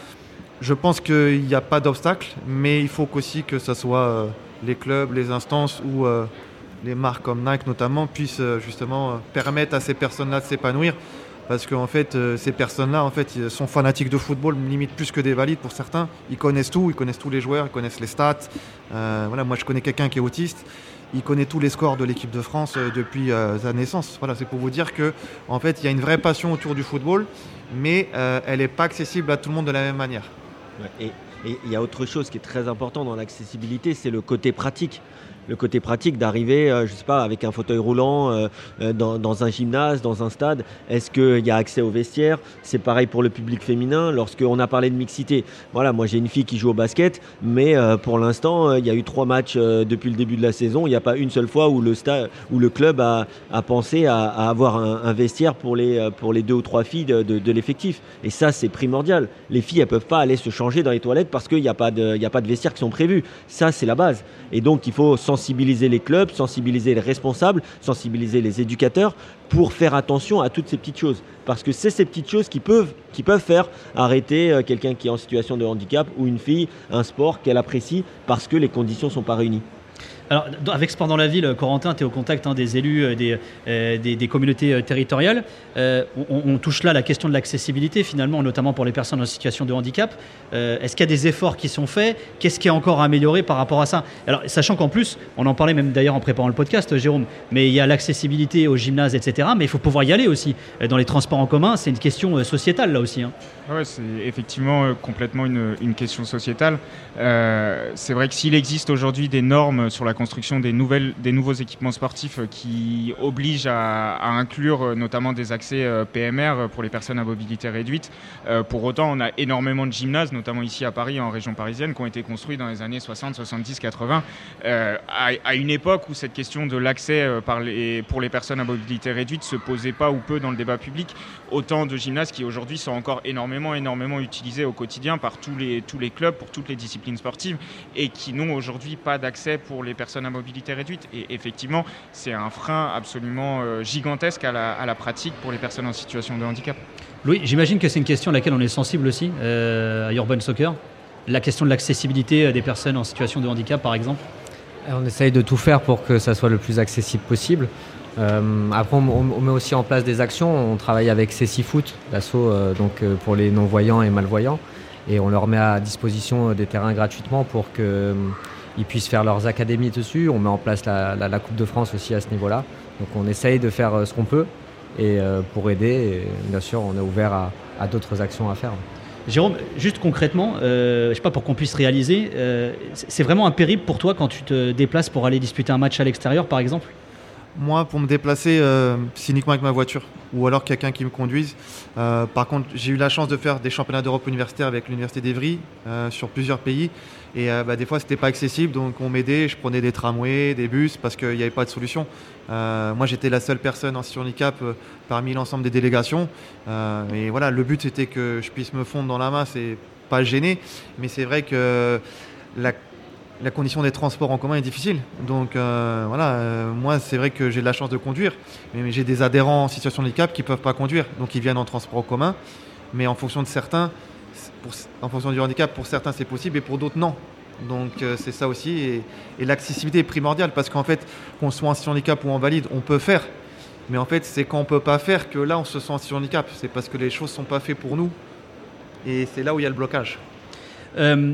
je pense qu'il n'y a pas d'obstacle, mais il faut aussi que ce soit euh, les clubs, les instances ou euh, les marques comme Nike notamment puissent euh, justement euh, permettre à ces personnes-là de s'épanouir. Parce qu'en fait, euh, ces personnes-là en fait, ils sont fanatiques de football, limite plus que des valides pour certains. Ils connaissent tout, ils connaissent tous les joueurs, ils connaissent les stats. Euh, voilà, moi, je connais quelqu'un qui est autiste. Il connaît tous les scores de l'équipe de France euh, depuis euh, sa naissance. Voilà, c'est pour vous dire que, en fait, il y a une vraie passion autour du football, mais euh, elle n'est pas accessible à tout le monde de la même manière. Ouais, et il y a autre chose qui est très important dans l'accessibilité, c'est le côté pratique. Le côté pratique d'arriver, euh, je sais pas, avec un fauteuil roulant euh, euh, dans, dans un gymnase, dans un stade. Est-ce qu'il y a accès aux vestiaires ? C'est pareil pour le public féminin. Lorsqu'on a parlé de mixité, voilà, moi j'ai une fille qui joue au basket, mais euh, pour l'instant, il euh, y a eu trois matchs euh, depuis le début de la saison. Il n'y a pas une seule fois où le, stade, où le club a, a pensé à, à avoir un, un vestiaire pour les, pour les deux ou trois filles de, de, de l'effectif. Et ça, c'est primordial. Les filles, elles ne peuvent pas aller se changer dans les toilettes parce qu'il n'y a pas de, il n'y a pas de vestiaires qui sont prévus. Ça, c'est la base. Et donc, il faut sensibiliser les clubs, sensibiliser les responsables, sensibiliser les éducateurs pour faire attention à toutes ces petites choses. Parce que c'est ces petites choses qui peuvent, qui peuvent faire arrêter quelqu'un qui est en situation de handicap ou une fille, un sport qu'elle apprécie parce que les conditions ne sont pas réunies. Alors, avec Sport dans la ville, Corentin, tu es au contact hein, des élus, des, euh, des, des communautés euh, territoriales. Euh, on, on touche là la question de l'accessibilité, finalement, notamment pour les personnes en situation de handicap. Euh, est-ce qu'il y a des efforts qui sont faits ? Qu'est-ce qui est encore à améliorer par rapport à ça ? Alors, sachant qu'en plus, on en parlait même d'ailleurs en préparant le podcast, Jérôme, mais il y a l'accessibilité au gymnase, et cetera. Mais il faut pouvoir y aller aussi. Dans les transports en commun, c'est une question sociétale, là aussi. Hein. Oui, c'est effectivement complètement une, une question sociétale. Euh, c'est vrai que s'il existe aujourd'hui des normes sur la construction des, nouvelles, des nouveaux équipements sportifs qui obligent à, à inclure notamment des accès P M R pour les personnes à mobilité réduite, euh, pour autant on a énormément de gymnases, notamment ici à Paris, en région parisienne, qui ont été construits dans les années soixante, soixante-dix, quatre-vingts, euh, à, à une époque où cette question de l'accès par les, pour les personnes à mobilité réduite se posait pas ou peu dans le débat public. Autant de gymnases qui aujourd'hui sont encore énormément, énormément utilisés au quotidien par tous les, tous les clubs, pour toutes les disciplines sportives, et qui n'ont aujourd'hui pas d'accès pour les personnes à mobilité réduite. Et effectivement, c'est un frein absolument euh, gigantesque à la, à la pratique pour les personnes en situation de handicap. Louis, j'imagine que c'est une question à laquelle on est sensible aussi euh, à Urban Soccer, la question de l'accessibilité des personnes en situation de handicap, par exemple. On essaye de tout faire pour que ça soit le plus accessible possible. Euh, après, on, on met aussi en place des actions. On travaille avec Cécifoot, l'asso euh, donc, euh, pour les non-voyants et malvoyants. Et on leur met à disposition des terrains gratuitement pour qu'ils euh, puissent faire leurs académies dessus. On met en place la, la, la Coupe de France aussi à ce niveau-là. Donc on essaye de faire ce qu'on peut et, euh, pour aider. Et bien sûr, on est ouvert à, à d'autres actions à faire. Jérôme, juste concrètement, euh, je ne sais pas, pour qu'on puisse réaliser, euh, c'est vraiment un périple pour toi quand tu te déplaces pour aller disputer un match à l'extérieur, par exemple ? Moi, pour me déplacer, euh, c'est uniquement avec ma voiture ou alors quelqu'un qui me conduise. Euh, par contre, j'ai eu la chance de faire des championnats d'Europe universitaires avec l'Université d'Evry euh, sur plusieurs pays. Et euh, bah, des fois, ce n'était pas accessible, donc on m'aidait. Je prenais des tramways, des bus parce qu'il n'y avait pas de solution. Euh, moi, j'étais la seule personne en situation de handicap euh, parmi l'ensemble des délégations. Euh, et voilà, le but, c'était que je puisse me fondre dans la masse et pas gêner. Mais c'est vrai que la La condition des transports en commun est difficile. Donc euh, voilà, euh, moi c'est vrai que j'ai de la chance de conduire, mais, mais j'ai des adhérents en situation de handicap qui ne peuvent pas conduire. Donc ils viennent en transport en commun, mais en fonction de certains, pour, en fonction du handicap, pour certains c'est possible et pour d'autres non. Donc euh, c'est ça aussi. Et, et l'accessibilité est primordiale parce qu'en fait, qu'on soit en situation de handicap ou en valide, on peut faire. Mais en fait, c'est quand on ne peut pas faire que là on se sent en situation de handicap. C'est parce que les choses ne sont pas faites pour nous. Et c'est là où il y a le blocage. Euh,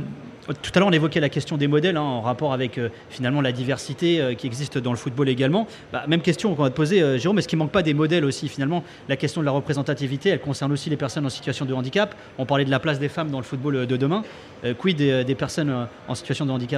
Tout à l'heure, on évoquait la question des modèles hein, en rapport avec euh, finalement la diversité euh, qui existe dans le football également. Bah, même question qu'on va te poser, euh, Jérôme, est-ce qu'il ne manque pas des modèles aussi finalement? La question de la représentativité, elle concerne aussi les personnes en situation de handicap. On parlait de la place des femmes dans le football de demain. Euh, quid des, des personnes euh, en situation de handicap?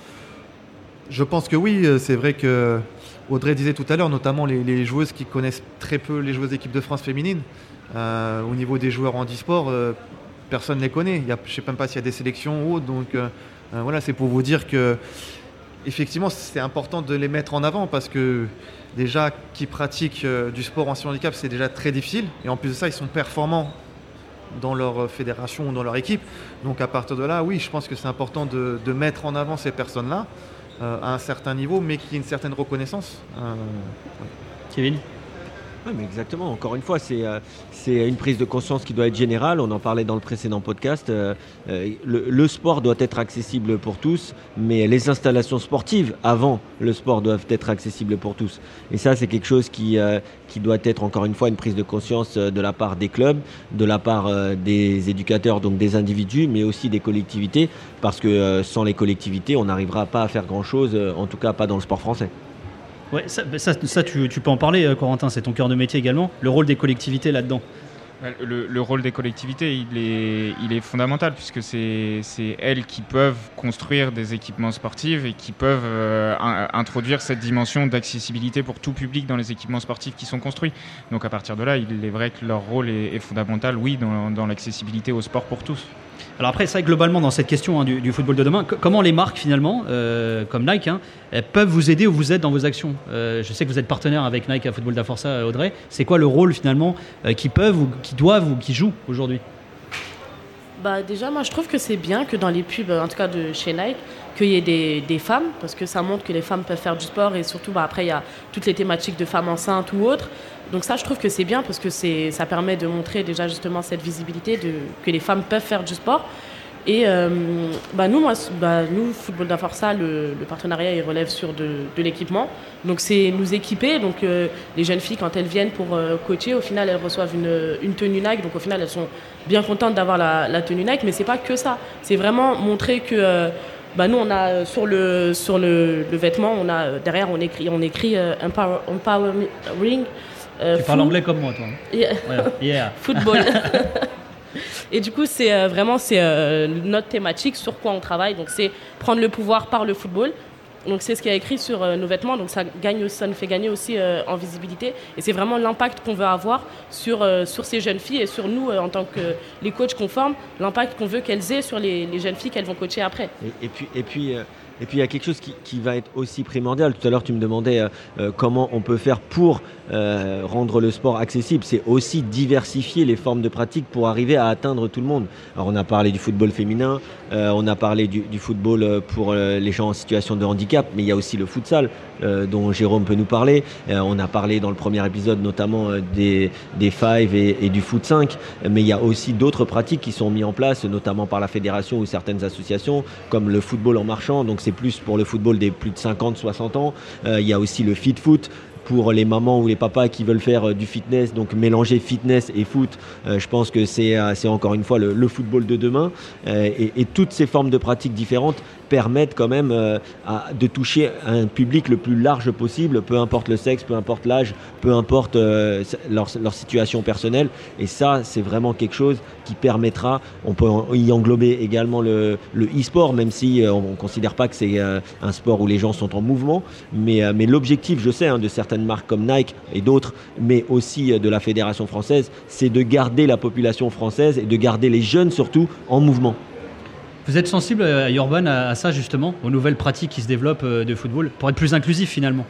Je pense que oui, c'est vrai que Audrey disait tout à l'heure, notamment les, les joueuses qui connaissent très peu les joueuses d'équipe de France féminine. Euh, au niveau des joueurs handisport, euh, personne ne les connaît. Il y a, je ne sais même pas s'il y a des sélections ou autres. Donc euh, euh, voilà, c'est pour vous dire que effectivement, c'est important de les mettre en avant parce que déjà, qui pratiquent euh, du sport en handicap, c'est déjà très difficile. Et en plus de ça, ils sont performants dans leur fédération ou dans leur équipe. Donc à partir de là, oui, je pense que c'est important de, de mettre en avant ces personnes-là euh, à un certain niveau, mais qu'il y ait une certaine reconnaissance. Euh, ouais. Kevin ? Oui, mais exactement. Encore une fois, c'est, euh, c'est une prise de conscience qui doit être générale. On en parlait dans le précédent podcast. Euh, euh, le, le sport doit être accessible pour tous, mais les installations sportives avant le sport doivent être accessibles pour tous. Et ça, c'est quelque chose qui, euh, qui doit être, encore une fois, une prise de conscience de la part des clubs, de la part euh, des éducateurs, donc des individus, mais aussi des collectivités, parce que euh, sans les collectivités, on n'arrivera pas à faire grand-chose, euh, en tout cas pas dans le sport français. Ouais, ça, ça, ça tu, tu peux en parler, Corentin, c'est ton cœur de métier également, le rôle des collectivités là-dedans. Le, le rôle des collectivités, il est, il est fondamental puisque c'est, c'est elles qui peuvent construire des équipements sportifs et qui peuvent euh, introduire cette dimension d'accessibilité pour tout public dans les équipements sportifs qui sont construits. Donc à partir de là, il est vrai que leur rôle est, est fondamental, oui, dans, dans l'accessibilité au sport pour tous. Alors après, c'est vrai, globalement, dans cette question hein, du, du football de demain, c- comment les marques, finalement, euh, comme Nike, hein, elles peuvent vous aider ou vous aider dans vos actions euh, Je sais que vous êtes partenaire avec Nike à Football da Força, Audrey. C'est quoi le rôle, finalement, euh, qu'ils peuvent ou qu'ils doivent ou qu'ils jouent aujourd'hui? Bah déjà, moi, je trouve que c'est bien que dans les pubs, en tout cas de chez Nike, qu'il y ait des, des femmes, parce que ça montre que les femmes peuvent faire du sport et surtout, bah, après, il y a toutes les thématiques de femmes enceintes ou autres. Donc ça, je trouve que c'est bien parce que c'est, ça permet de montrer déjà justement cette visibilité de, que les femmes peuvent faire du sport. Et euh, bah nous, moi, bah nous, Football da Força, le, le partenariat, il relève sur de, de l'équipement. Donc c'est nous équiper. Donc euh, les jeunes filles, quand elles viennent pour euh, coacher, au final, elles reçoivent une, une tenue Nike. Donc au final, elles sont bien contentes d'avoir la, la tenue Nike. Mais c'est pas que ça. C'est vraiment montrer que... Euh, Bah nous, on a sur le sur le, le vêtement, on a derrière, on écrit on écrit euh, empower, empowering. Euh, tu parles anglais comme moi, toi. Yeah. Ouais, yeah. Football. Et du coup, c'est euh, vraiment c'est euh, notre thématique sur quoi on travaille. Donc c'est prendre le pouvoir par le football. Donc c'est ce qui est écrit sur euh, nos vêtements. Donc ça gagne, ça nous fait gagner aussi euh, en visibilité. Et c'est vraiment l'impact qu'on veut avoir sur euh, sur ces jeunes filles et sur nous euh, en tant que les coachs qu'on forme, l'impact qu'on veut qu'elles aient sur les, les jeunes filles qu'elles vont coacher après. Et, et puis et puis. Euh... Et puis il y a quelque chose qui, qui va être aussi primordial. Tout à l'heure, tu me demandais euh, comment on peut faire pour euh, rendre le sport accessible. C'est aussi diversifier les formes de pratique pour arriver à atteindre tout le monde. Alors on a parlé du football féminin, euh, on a parlé du, du football pour euh, les gens en situation de handicap, mais il y a aussi le futsal euh, dont Jérôme peut nous parler. Euh, on a parlé dans le premier épisode notamment euh, des, des five et, et du foot cinq, mais il y a aussi d'autres pratiques qui sont mises en place, notamment par la fédération ou certaines associations, comme le football en marchant. Donc c'est plus pour le football des plus de cinquante soixante ans. Euh, il y a aussi le fit foot pour les mamans ou les papas qui veulent faire euh, du fitness, donc mélanger fitness et foot. Euh, je pense que c'est, euh, c'est encore une fois le, le football de demain. Euh, et, et toutes ces formes de pratiques différentes permettent quand même euh, à, de toucher un public le plus large possible, peu importe le sexe, peu importe l'âge, peu importe euh, leur, leur situation personnelle. Et ça, c'est vraiment quelque chose qui permettra, on peut y englober également le, le e-sport, même si euh, on ne considère pas que c'est euh, un sport où les gens sont en mouvement. Mais, euh, mais l'objectif, je sais, hein, de certaines marques comme Nike et d'autres, mais aussi euh, de la Fédération française, c'est de garder la population française et de garder les jeunes surtout en mouvement. Vous êtes sensible, à Urban, à, à ça justement, aux nouvelles pratiques qui se développent euh, de football, pour être plus inclusif finalement?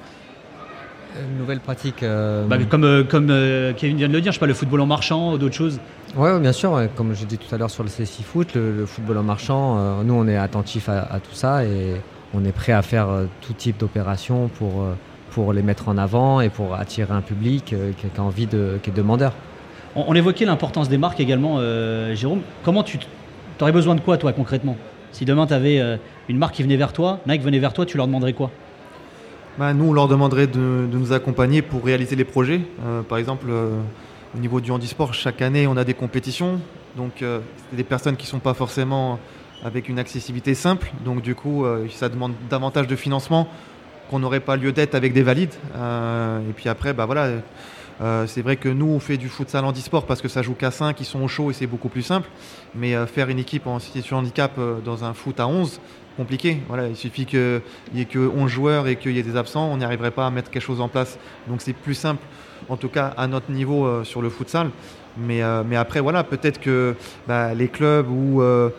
Une nouvelle pratique euh... bah, Comme, euh, comme euh, Kevin vient de le dire, je sais pas, le football en marchant ou d'autres choses. Oui, ouais, bien sûr. Ouais. Comme j'ai dit tout à l'heure sur le C C Foot, le, le football en marchant, euh, nous on est attentifs à, à tout ça et on est prêt à faire euh, tout type d'opérations pour, euh, pour les mettre en avant et pour attirer un public euh, qui a envie de, qui est demandeur. On, on évoquait l'importance des marques également, euh, Jérôme. Comment tu aurais besoin de quoi toi concrètement? Si demain tu avais euh, une marque qui venait vers toi, Nike venait vers toi, tu leur demanderais quoi? Bah, nous, on leur demanderait de, de nous accompagner pour réaliser les projets. Euh, par exemple, euh, au niveau du handisport, chaque année, on a des compétitions. Donc, euh, c'est des personnes qui ne sont pas forcément avec une accessibilité simple. Donc du coup, euh, ça demande davantage de financement qu'on n'aurait pas lieu d'être avec des valides. Euh, et puis après, bah voilà, euh, c'est vrai que nous, on fait du futsal handisport parce que ça joue qu'à cinq, ils sont au chaud et c'est beaucoup plus simple. Mais euh, faire une équipe en situation de handicap euh, dans un foot à onze, compliqué. Voilà, il suffit qu'il n'y ait que onze joueurs et qu'il y ait des absents, on n'y arriverait pas à mettre quelque chose en place. Donc c'est plus simple, en tout cas à notre niveau euh, sur le futsal. Mais, euh, mais après, voilà, peut-être que bah, les clubs ou euh,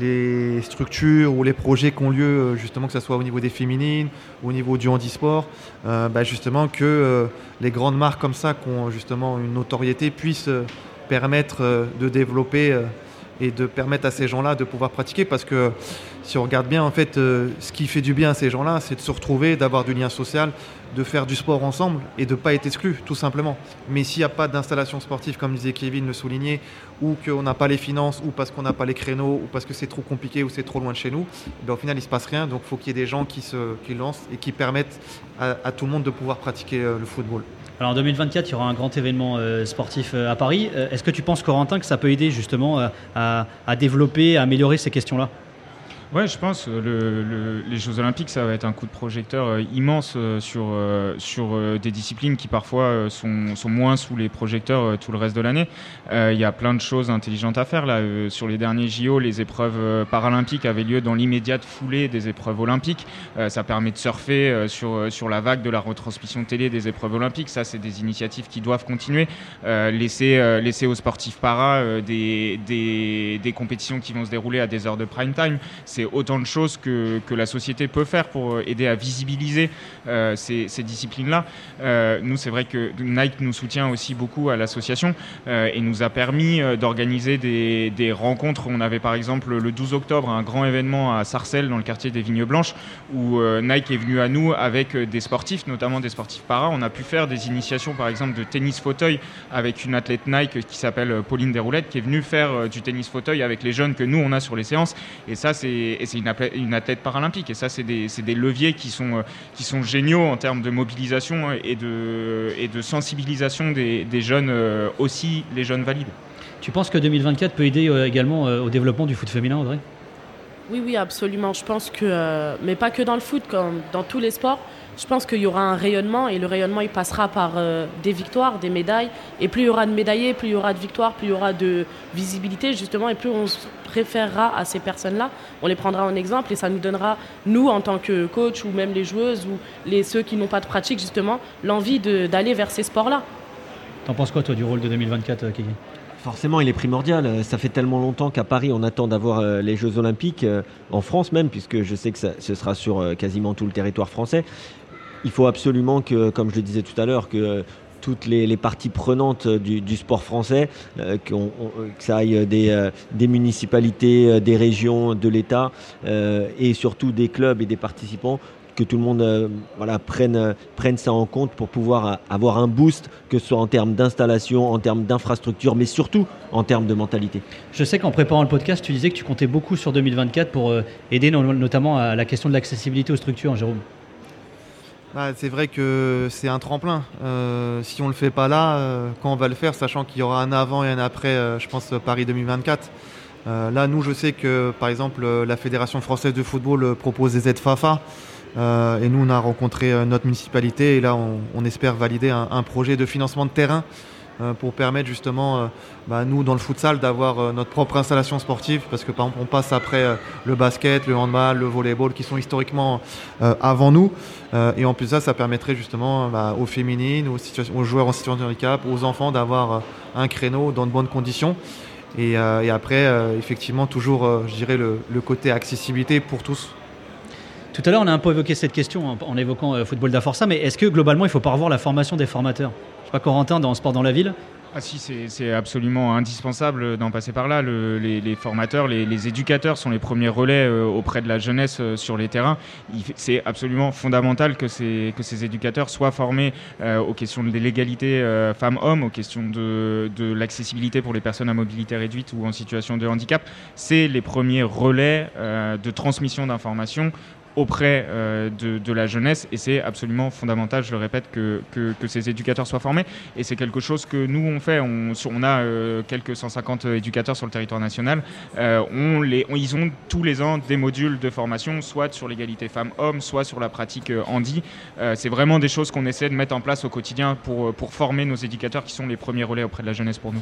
les structures ou les projets qui ont lieu, justement, que ce soit au niveau des féminines, au niveau du handisport, euh, bah, justement que euh, les grandes marques comme ça, qui ont justement une notoriété, puissent euh, permettre euh, de développer euh, et de permettre à ces gens-là de pouvoir pratiquer. Parce que si on regarde bien, en fait, euh, ce qui fait du bien à ces gens-là, c'est de se retrouver, d'avoir du lien social, de faire du sport ensemble et de ne pas être exclus, tout simplement. Mais s'il n'y a pas d'installation sportive, comme disait Kevin, le soulignait, ou qu'on n'a pas les finances, ou parce qu'on n'a pas les créneaux, ou parce que c'est trop compliqué, ou c'est trop loin de chez nous, ben, au final, il ne se passe rien. Donc, il faut qu'il y ait des gens qui se qui lancent et qui permettent à, à tout le monde de pouvoir pratiquer euh, le football. Alors en deux mille vingt-quatre, il y aura un grand événement euh, sportif euh, à Paris. Euh, est-ce que tu penses, Corentin, que ça peut aider justement euh, à, à développer, à améliorer ces questions-là ? Ouais, je pense le, le, les Jeux Olympiques, ça va être un coup de projecteur euh, immense euh, sur, euh, sur euh, des disciplines qui parfois euh, sont, sont moins sous les projecteurs euh, tout le reste de l'année. Il euh, y a plein de choses intelligentes à faire. Là, euh, sur les derniers J O, les épreuves euh, paralympiques avaient lieu dans l'immédiate foulée des épreuves olympiques. Euh, ça permet de surfer euh, sur, euh, sur la vague de la retransmission télé des épreuves olympiques. Ça, c'est des initiatives qui doivent continuer. Euh, laisser, euh, laisser aux sportifs para euh, des, des, des compétitions qui vont se dérouler à des heures de prime time. C'est autant de choses que, que la société peut faire pour aider à visibiliser euh, ces, ces disciplines-là. Euh, nous, c'est vrai que Nike nous soutient aussi beaucoup à l'association euh, et nous a permis euh, d'organiser des, des rencontres. On avait par exemple le douze octobre un grand événement à Sarcelles, dans le quartier des Vignes Blanches, où euh, Nike est venu à nous avec des sportifs, notamment des sportifs para. On a pu faire des initiations, par exemple, de tennis fauteuil avec une athlète Nike qui s'appelle Pauline Desroulettes, qui est venue faire euh, du tennis fauteuil avec les jeunes que nous, on a sur les séances. Et ça, c'est Et c'est une, une athlète paralympique. Et ça, c'est des, c'est des leviers qui sont, qui sont géniaux en termes de mobilisation et de, et de sensibilisation des, des jeunes, aussi les jeunes valides. Tu penses que deux mille vingt-quatre peut aider également au développement du foot féminin, Audrey ? Oui, oui, absolument. Je pense que, euh, mais pas que dans le foot, comme dans tous les sports, je pense qu'il y aura un rayonnement et le rayonnement, il passera par euh, des victoires, des médailles. Et plus il y aura de médaillés, plus il y aura de victoires, plus il y aura de visibilité, justement, et plus on se préférera à ces personnes-là. On les prendra en exemple et ça nous donnera, nous, en tant que coach ou même les joueuses ou les, ceux qui n'ont pas de pratique, justement, l'envie de, d'aller vers ces sports-là. T'en penses quoi, toi, du rôle de deux mille vingt-quatre, Kiki ? Forcément, il est primordial. Ça fait tellement longtemps qu'à Paris, on attend d'avoir euh, les Jeux Olympiques, euh, en France même, puisque je sais que ça, ce sera sur euh, quasiment tout le territoire français. Il faut absolument que, comme je le disais tout à l'heure, que euh, toutes les, les parties prenantes du, du sport français, euh, qu'on, on, que ça aille des, euh, des municipalités, euh, des régions, de l'État, euh, et surtout des clubs et des participants, que tout le monde euh, voilà, prenne, euh, prenne ça en compte pour pouvoir euh, avoir un boost, que ce soit en termes d'installation, en termes d'infrastructure, mais surtout en termes de mentalité. Je sais qu'en préparant le podcast, tu disais que tu comptais beaucoup sur deux mille vingt-quatre pour euh, aider no- notamment à la question de l'accessibilité aux structures, Jérôme. Bah, c'est vrai que c'est un tremplin. Euh, si on ne le fait pas là, euh, quand on va le faire, sachant qu'il y aura un avant et un après, euh, je pense, Paris deux mille vingt-quatre. Euh, là, nous, je sais que, par exemple, la Fédération française de football euh, propose des aides FAFA. Euh, et nous, on a rencontré euh, notre municipalité et là, on, on espère valider un, un projet de financement de terrain euh, pour permettre justement, euh, bah, nous, dans le futsal, d'avoir euh, notre propre installation sportive. Parce que, par exemple, on passe après euh, le basket, le handball, le volleyball, qui sont historiquement euh, avant nous. Euh, et en plus de ça, ça permettrait justement bah, aux féminines, aux, situa- aux joueurs en situation de handicap, aux enfants d'avoir euh, un créneau dans de bonnes conditions. Et, euh, et après, euh, effectivement, toujours, euh, je dirais, le, le côté accessibilité pour tous. Tout à l'heure, on a un peu évoqué cette question en, en évoquant euh, Football d'Aforça, mais est-ce que globalement, il ne faut pas revoir la formation des formateurs ? Je ne sais pas, Corentin, dans Sport dans la ville ? Ah si, c'est, c'est absolument indispensable d'en passer par là. Le, les, les formateurs, les, les éducateurs sont les premiers relais euh, auprès de la jeunesse euh, sur les terrains. Il, c'est absolument fondamental que ces, que ces éducateurs soient formés euh, aux questions de l'égalité euh, femmes-hommes, aux questions de, de l'accessibilité pour les personnes à mobilité réduite ou en situation de handicap. C'est les premiers relais euh, de transmission d'informations auprès euh, de, de la jeunesse, et c'est absolument fondamental, je le répète, que, que, que ces éducateurs soient formés, et c'est quelque chose que nous on fait. On, on a euh, quelques cent cinquante éducateurs sur le territoire national. Euh, on les, on, ils ont tous les ans des modules de formation, soit sur l'égalité femmes-hommes, soit sur la pratique euh, handi. Euh, c'est vraiment des choses qu'on essaie de mettre en place au quotidien pour, pour former nos éducateurs qui sont les premiers relais auprès de la jeunesse pour nous.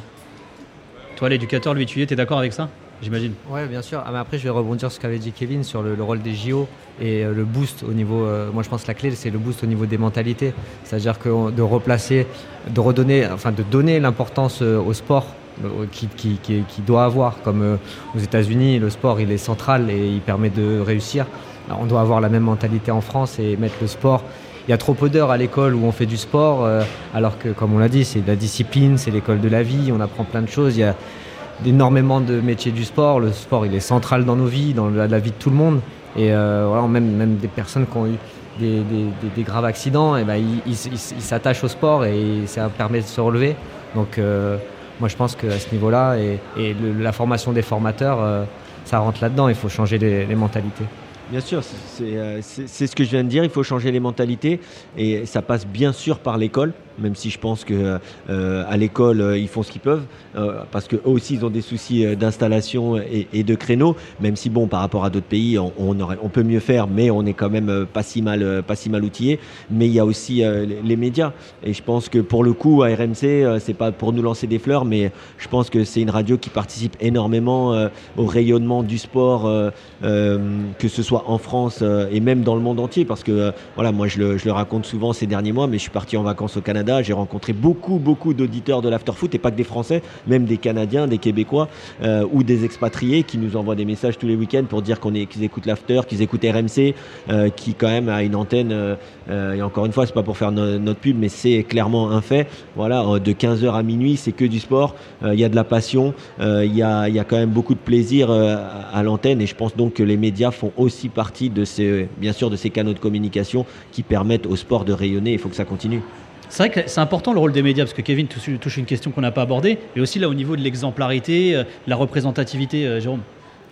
Toi, l'éducateur, Louis Thuillier, tu es d'accord avec ça, j'imagine? Oui, bien sûr. Ah, mais après, je vais rebondir sur ce qu'avait dit Kevin sur le, le rôle des J O et euh, le boost au niveau. Euh, moi, je pense que la clé, c'est le boost au niveau des mentalités. C'est-à-dire que de replacer, de redonner, enfin, de donner l'importance euh, au sport euh, qui, qui, qui, qui doit avoir. Comme euh, aux États-Unis, le sport, il est central et il permet de réussir. Alors, on doit avoir la même mentalité en France et mettre le sport. Il y a trop peu d'heures à l'école où on fait du sport, euh, alors que, comme on l'a dit, c'est de la discipline, c'est l'école de la vie, on apprend plein de choses. Il y a énormément de métiers du sport. Le sport, il est central dans nos vies, dans la, la vie de tout le monde. Et euh, voilà, même, même des personnes qui ont eu des, des, des, des graves accidents, et ben, ils, ils, ils, ils s'attachent au sport et ça permet de se relever. Donc, euh, moi, je pense qu'à ce niveau-là, et, et le, la formation des formateurs, euh, ça rentre là-dedans. Il faut changer les, les mentalités. Bien sûr, c'est, c'est, c'est ce que je viens de dire, il faut changer les mentalités et ça passe bien sûr par l'école, même si je pense qu'à euh, l'école, euh, ils font ce qu'ils peuvent, euh, parce qu'eux aussi, ils ont des soucis euh, d'installation et, et de créneaux, même si, bon, par rapport à d'autres pays, on, on, aurait, on peut mieux faire, mais on est quand même euh, pas si mal, euh, pas si mal outillé. Mais il y a aussi euh, les, les médias. Et je pense que pour le coup, à R M C, euh, c'est pas pour nous lancer des fleurs, mais je pense que c'est une radio qui participe énormément euh, au rayonnement du sport, euh, euh, que ce soit en France euh, et même dans le monde entier, parce que euh, voilà, moi je le, je le raconte souvent ces derniers mois, mais je suis parti en vacances au Canada. J'ai rencontré beaucoup, beaucoup d'auditeurs de l'Afterfoot, et pas que des Français, même des Canadiens, des Québécois euh, ou des expatriés qui nous envoient des messages tous les week-ends pour dire qu'on est, qu'ils écoutent l'After, qu'ils écoutent R M C, euh, qui quand même a une antenne, euh, euh, et encore une fois, c'est pas pour faire no- notre pub, mais c'est clairement un fait. Voilà, euh, de quinze heures à minuit, c'est que du sport, il euh, y a de la passion, il euh, y, a, y a quand même beaucoup de plaisir euh, à, à l'antenne, et je pense donc que les médias font aussi partie de ces, bien sûr, de ces canaux de communication qui permettent au sport de rayonner. Il faut que ça continue. C'est vrai que c'est important le rôle des médias, parce que Kevin touche, touche une question qu'on n'a pas abordée, mais aussi là au niveau de l'exemplarité, la représentativité, euh, Jérôme.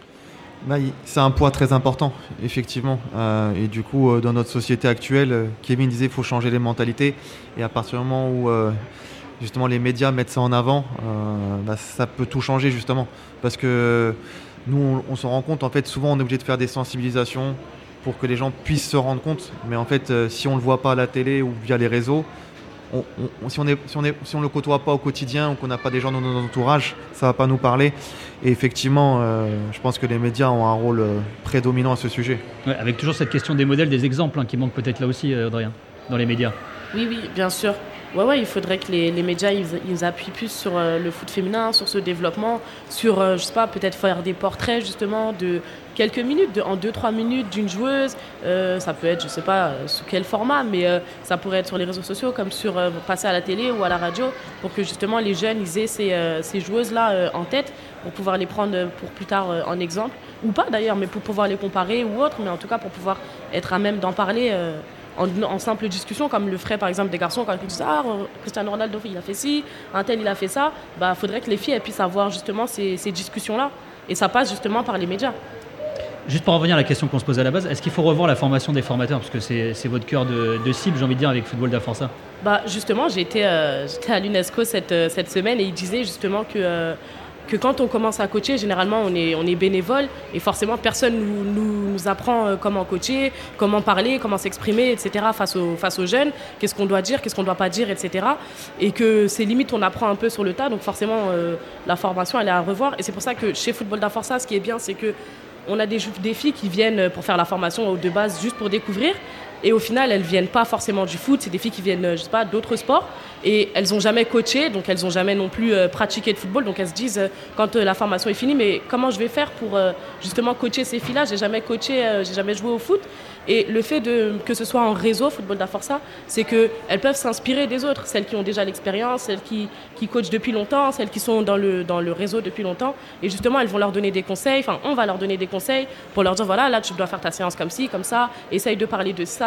Bah, c'est un poids très important, effectivement. Euh, et du coup, euh, dans notre société actuelle, euh, Kevin disait qu'il faut changer les mentalités. Et à partir du moment où euh, justement les médias mettent ça en avant, euh, bah, ça peut tout changer justement. Parce que nous, on, on se rend compte, en fait, souvent on est obligé de faire des sensibilisations pour que les gens puissent se rendre compte. Mais en fait, euh, si on ne le voit pas à la télé ou via les réseaux, On, on, si on ne si on est, si on le côtoie pas au quotidien ou qu'on n'a pas des gens dans notre entourage, ça ne va pas nous parler. Et effectivement, euh, je pense que les médias ont un rôle euh, prédominant à ce sujet. Ouais, avec toujours cette question des modèles, des exemples hein, qui manquent peut-être là aussi, euh, Adrien, dans les médias. Oui, oui, bien sûr. Ouais, ouais, il faudrait que les, les médias ils, ils appuient plus sur euh, le foot féminin, sur ce développement, sur, euh, je sais pas, peut-être faire des portraits justement de quelques minutes, de, en deux trois minutes d'une joueuse. Euh, ça peut être, je sais pas, euh, sous quel format, mais euh, ça pourrait être sur les réseaux sociaux, comme sur euh, passer à la télé ou à la radio, pour que justement les jeunes ils aient ces, euh, ces joueuses-là euh, en tête, pour pouvoir les prendre pour plus tard euh, en exemple, ou pas d'ailleurs, mais pour pouvoir les comparer ou autre, mais en tout cas pour pouvoir être à même d'en parler. Euh, En, en simple discussion, comme le ferait par exemple des garçons quand ils disent « Ah, Cristiano Ronaldo, il a fait ci, un tel, il a fait ça », bah, faudrait que les filles elles puissent avoir justement ces, ces discussions-là. Et ça passe justement par les médias. Juste pour revenir à la question qu'on se posait à la base, est-ce qu'il faut revoir la formation des formateurs? Parce que c'est, c'est votre cœur de, de cible, j'ai envie de dire, avec Football d'Aforça. Bah, justement, j'ai été, euh, j'étais à l'UNESCO cette, euh, cette semaine et ils disaient justement que... Euh, que quand on commence à coacher, généralement on est, on est bénévole et forcément personne nous, nous, nous apprend comment coacher, comment parler, comment s'exprimer, et cetera face aux, face aux jeunes, qu'est-ce qu'on doit dire, qu'est-ce qu'on ne doit pas dire, et cetera. Et que c'est limite on apprend un peu sur le tas, donc forcément euh, la formation elle est à revoir. Et c'est pour ça que chez Football d'Aforça, ce qui est bien, c'est qu'on a des, des filles qui viennent pour faire la formation de base juste pour découvrir. Et au final, elles ne viennent pas forcément du foot, c'est des filles qui viennent, je sais pas, d'autres sports. Et elles n'ont jamais coaché, donc elles n'ont jamais non plus euh, pratiqué de football. Donc elles se disent, euh, quand euh, la formation est finie, mais comment je vais faire pour euh, justement coacher ces filles-là? J'ai jamais coaché, euh, j'ai jamais joué au foot. Et le fait de, que ce soit en réseau, Football d'Aforça, c'est qu'elles peuvent s'inspirer des autres, celles qui ont déjà l'expérience, celles qui, qui coachent depuis longtemps, celles qui sont dans le, dans le réseau depuis longtemps. Et justement, elles vont leur donner des conseils, enfin, on va leur donner des conseils pour leur dire, voilà, là, tu dois faire ta séance comme ci, comme ça, essaye de parler de ça,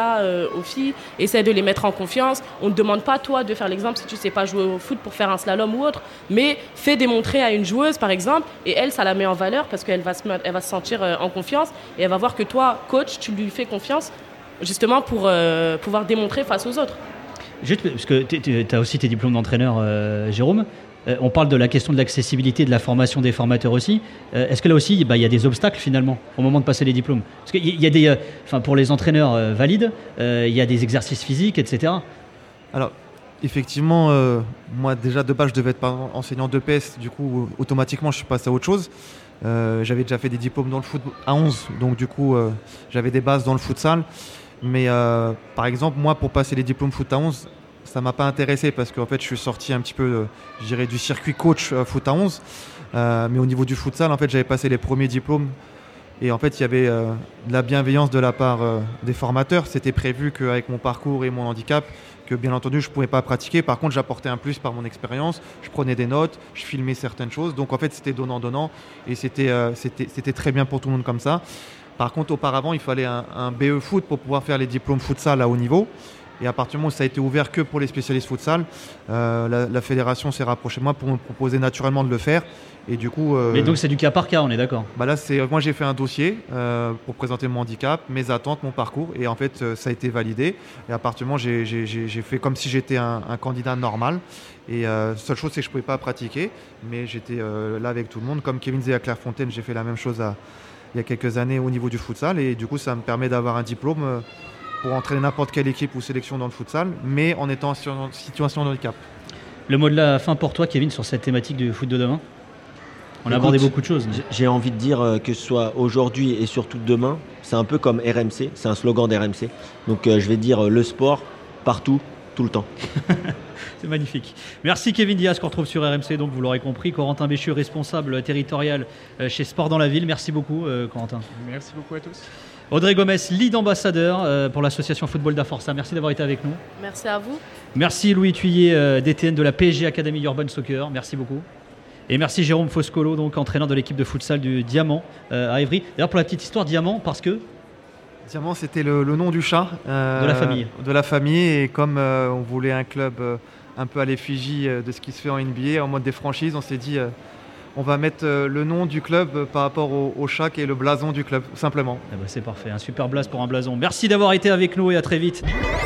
ça euh, aux filles, essaie de les mettre en confiance. On ne demande pas, toi, de faire l'exemple si tu ne sais pas jouer au foot pour faire un slalom ou autre, mais fais démontrer à une joueuse, par exemple, et elle, ça la met en valeur parce qu'elle va se, elle va se sentir euh, en confiance et elle va voir que toi, coach, tu lui fais confiance justement pour euh, pouvoir démontrer face aux autres. Juste parce que tu as aussi tes diplômes d'entraîneur, euh, Jérôme. Euh, on parle de la question de l'accessibilité, de la formation des formateurs aussi. Euh, est-ce que là aussi, bah, il y a des obstacles finalement au moment de passer les diplômes? Parce qu'il y, y a des, euh, enfin, pour les entraîneurs euh, valides, euh, il y a des exercices physiques, et cetera. Alors, effectivement, euh, moi déjà de base, je devais être par exemple, enseignant d'E P S. Du coup, automatiquement, je suis passé à autre chose. Euh, j'avais déjà fait des diplômes dans le foot à onze, donc du coup, euh, j'avais des bases dans le futsal. Mais euh, par exemple, moi, pour passer les diplômes foot à onze, ça ne m'a pas intéressé parce qu'en fait, je suis sorti un petit peu, euh, je dirais, du circuit coach euh, foot à onze. Euh, mais au niveau du futsal, en fait, j'avais passé les premiers diplômes. Et en fait, il y avait euh, de la bienveillance de la part euh, des formateurs. C'était prévu qu'avec mon parcours et mon handicap, que bien entendu, je ne pouvais pas pratiquer. Par contre, j'apportais un plus par mon expérience. Je prenais des notes, je filmais certaines choses. Donc en fait, c'était donnant-donnant. Et c'était, euh, c'était, c'était très bien pour tout le monde comme ça. Par contre, auparavant, il fallait un, un B E foot pour pouvoir faire les diplômes futsal à haut niveau. Et à partir du moment où ça a été ouvert que pour les spécialistes futsal, euh, la, la fédération s'est rapprochée de moi pour me proposer naturellement de le faire. Et du coup, euh, Mais donc c'est du cas par cas, on est d'accord? Bah là, c'est, moi j'ai fait un dossier euh, pour présenter mon handicap, mes attentes, mon parcours. Et en fait, euh, ça a été validé. Et à partir du moment, j'ai, j'ai, j'ai fait comme si j'étais un, un candidat normal. Et euh, seule chose, c'est que je ne pouvais pas pratiquer. Mais j'étais euh, là avec tout le monde. Comme Kevin disait à Clairefontaine, j'ai fait la même chose à, il y a quelques années au niveau du futsal. Et du coup, ça me permet d'avoir un diplôme euh, pour entraîner n'importe quelle équipe ou sélection dans le futsal, mais en étant en situation de handicap. Le mot de la fin pour toi, Kevin, sur cette thématique du foot de demain? On a Écoute, abordé beaucoup de choses. J'ai envie de dire que ce soit aujourd'hui et surtout demain, c'est un peu comme R M C, c'est un slogan d'R M C. Donc euh, je vais dire euh, le sport, partout, tout le temps. C'est magnifique. Merci Kevin Diaz, qu'on retrouve sur R M C, donc vous l'aurez compris. Corentin Béchu, responsable territorial chez Sport dans la Ville. Merci beaucoup euh, Corentin. Merci beaucoup à tous. Audrey Gomes, lead ambassadeur euh, pour l'association Football d'Aforsa. Merci d'avoir été avec nous. Merci à vous. Merci Louis Thuillier, euh, D T N de la P S G Academy Urban Soccer. Merci beaucoup. Et merci Jérôme Foscolo, donc entraîneur de l'équipe de futsal du Diamant euh, à Évry. D'ailleurs, pour la petite histoire, Diamant, parce que Diamant, c'était le, le nom du chat. Euh, de la famille. De la famille. Et comme euh, on voulait un club euh, un peu à l'effigie euh, de ce qui se fait en N B A, en mode des franchises, on s'est dit... Euh, on va mettre euh, le nom du club euh, par rapport au, au chat qui est le blason du club, simplement. Eh ben, c'est parfait, un super blaze pour un blason. Merci d'avoir été avec nous et à très vite.